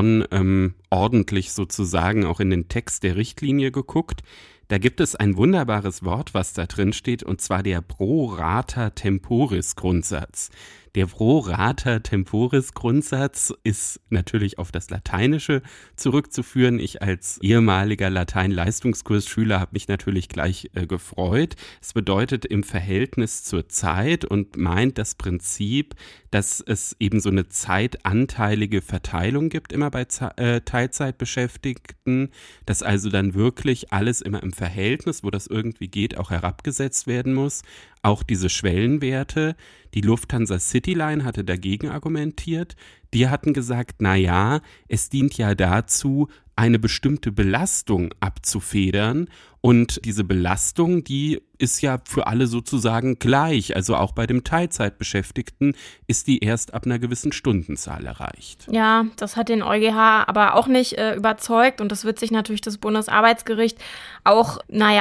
schon ordentlich sozusagen auch in den Text der Richtlinie geguckt. Da gibt es ein wunderbares Wort, was da drin steht, und zwar der Pro Rata Temporis Grundsatz. Der Pro Rata Temporis Grundsatz ist natürlich auf das Lateinische zurückzuführen. Ich als ehemaliger Latein-Leistungskursschüler habe mich natürlich gleich gefreut. Es bedeutet im Verhältnis zur Zeit und meint das Prinzip, dass es eben so eine zeitanteilige Verteilung gibt immer bei Teilzeitbeschäftigten, dass also dann wirklich alles immer im Verhältnis, wo das irgendwie geht, auch herabgesetzt werden muss. Auch diese Schwellenwerte, die Lufthansa Cityline hatte dagegen argumentiert. Die hatten gesagt, na ja, es dient ja dazu, eine bestimmte Belastung abzufedern. Und diese Belastung, die ist ja für alle sozusagen gleich. Also auch bei dem Teilzeitbeschäftigten ist die erst ab einer gewissen Stundenzahl erreicht. Ja, das hat den EuGH aber auch nicht überzeugt. Und das wird sich natürlich das Bundesarbeitsgericht auch,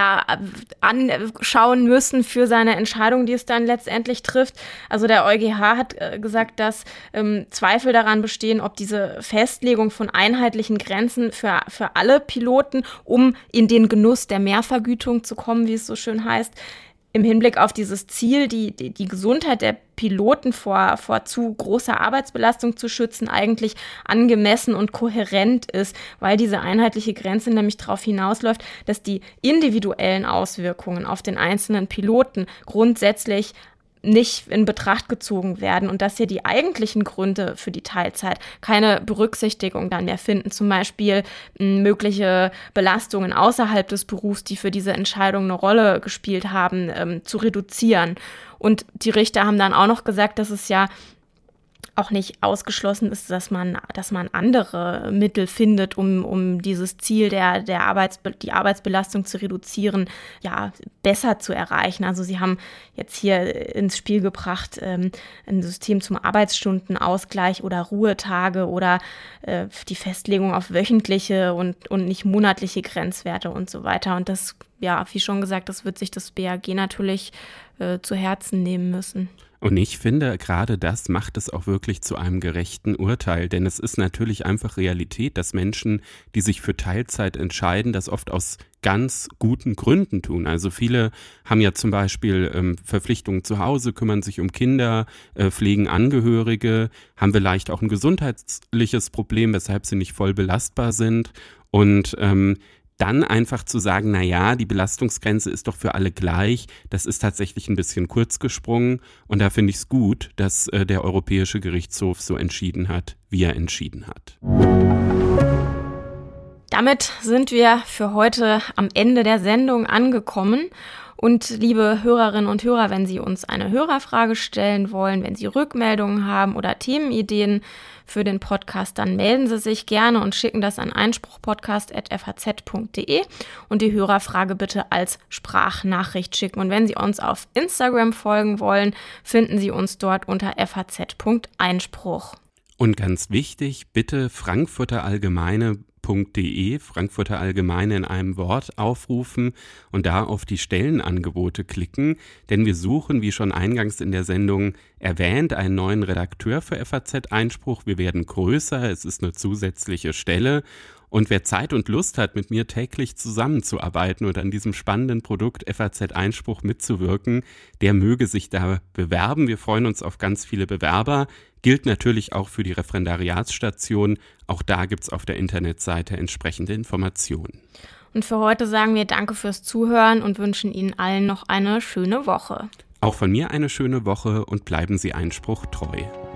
anschauen müssen für seine Entscheidung, die es dann letztendlich trifft. Also der EuGH hat gesagt, dass Zweifel daran bestehen, ob diese Festlegung von einheitlichen Grenzen für alle Piloten, um in den Genuss der Mehrvergütung zu kommen, wie es so schön heißt, im Hinblick auf dieses Ziel, die Gesundheit der Piloten vor zu großer Arbeitsbelastung zu schützen, eigentlich angemessen und kohärent ist, weil diese einheitliche Grenze nämlich darauf hinausläuft, dass die individuellen Auswirkungen auf den einzelnen Piloten grundsätzlich nicht in Betracht gezogen werden und dass hier die eigentlichen Gründe für die Teilzeit keine Berücksichtigung dann mehr finden, zum Beispiel mögliche Belastungen außerhalb des Berufs, die für diese Entscheidung eine Rolle gespielt haben, zu reduzieren. Und die Richter haben dann auch noch gesagt, dass es ja auch nicht ausgeschlossen ist, dass man andere Mittel findet, um dieses Ziel die Arbeitsbelastung zu reduzieren, ja, besser zu erreichen. Also sie haben jetzt hier ins Spiel gebracht, ein System zum Arbeitsstundenausgleich oder Ruhetage oder die Festlegung auf wöchentliche und nicht monatliche Grenzwerte und so weiter. Und das, ja, wie schon gesagt, das wird sich das BAG natürlich zu Herzen nehmen müssen. Und ich finde, gerade das macht es auch wirklich zu einem gerechten Urteil, denn es ist natürlich einfach Realität, dass Menschen, die sich für Teilzeit entscheiden, das oft aus ganz guten Gründen tun. Also viele haben ja zum Beispiel Verpflichtungen zu Hause, kümmern sich um Kinder, pflegen Angehörige, haben vielleicht auch ein gesundheitliches Problem, weshalb sie nicht voll belastbar sind und dann einfach zu sagen, na ja, die Belastungsgrenze ist doch für alle gleich, das ist tatsächlich ein bisschen kurz gesprungen und da finde ich es gut, dass der Europäische Gerichtshof so entschieden hat, wie er entschieden hat. Damit sind wir für heute am Ende der Sendung angekommen. Und liebe Hörerinnen und Hörer, wenn Sie uns eine Hörerfrage stellen wollen, wenn Sie Rückmeldungen haben oder Themenideen für den Podcast, dann melden Sie sich gerne und schicken das an einspruchpodcast@faz.de und die Hörerfrage bitte als Sprachnachricht schicken. Und wenn Sie uns auf Instagram folgen wollen, finden Sie uns dort unter faz.einspruch. Und ganz wichtig, bitte Frankfurter Allgemeine in einem Wort aufrufen und da auf die Stellenangebote klicken, denn wir suchen, wie schon eingangs in der Sendung erwähnt, einen neuen Redakteur für FAZ Einspruch. Wir werden größer, es ist eine zusätzliche Stelle. Und wer Zeit und Lust hat, mit mir täglich zusammenzuarbeiten und an diesem spannenden Produkt FAZ Einspruch mitzuwirken, der möge sich da bewerben. Wir freuen uns auf ganz viele Bewerber. Gilt natürlich auch für die Referendariatsstation. Auch da gibt's auf der Internetseite entsprechende Informationen. Und für heute sagen wir Danke fürs Zuhören und wünschen Ihnen allen noch eine schöne Woche. Auch von mir eine schöne Woche und bleiben Sie Einspruch treu.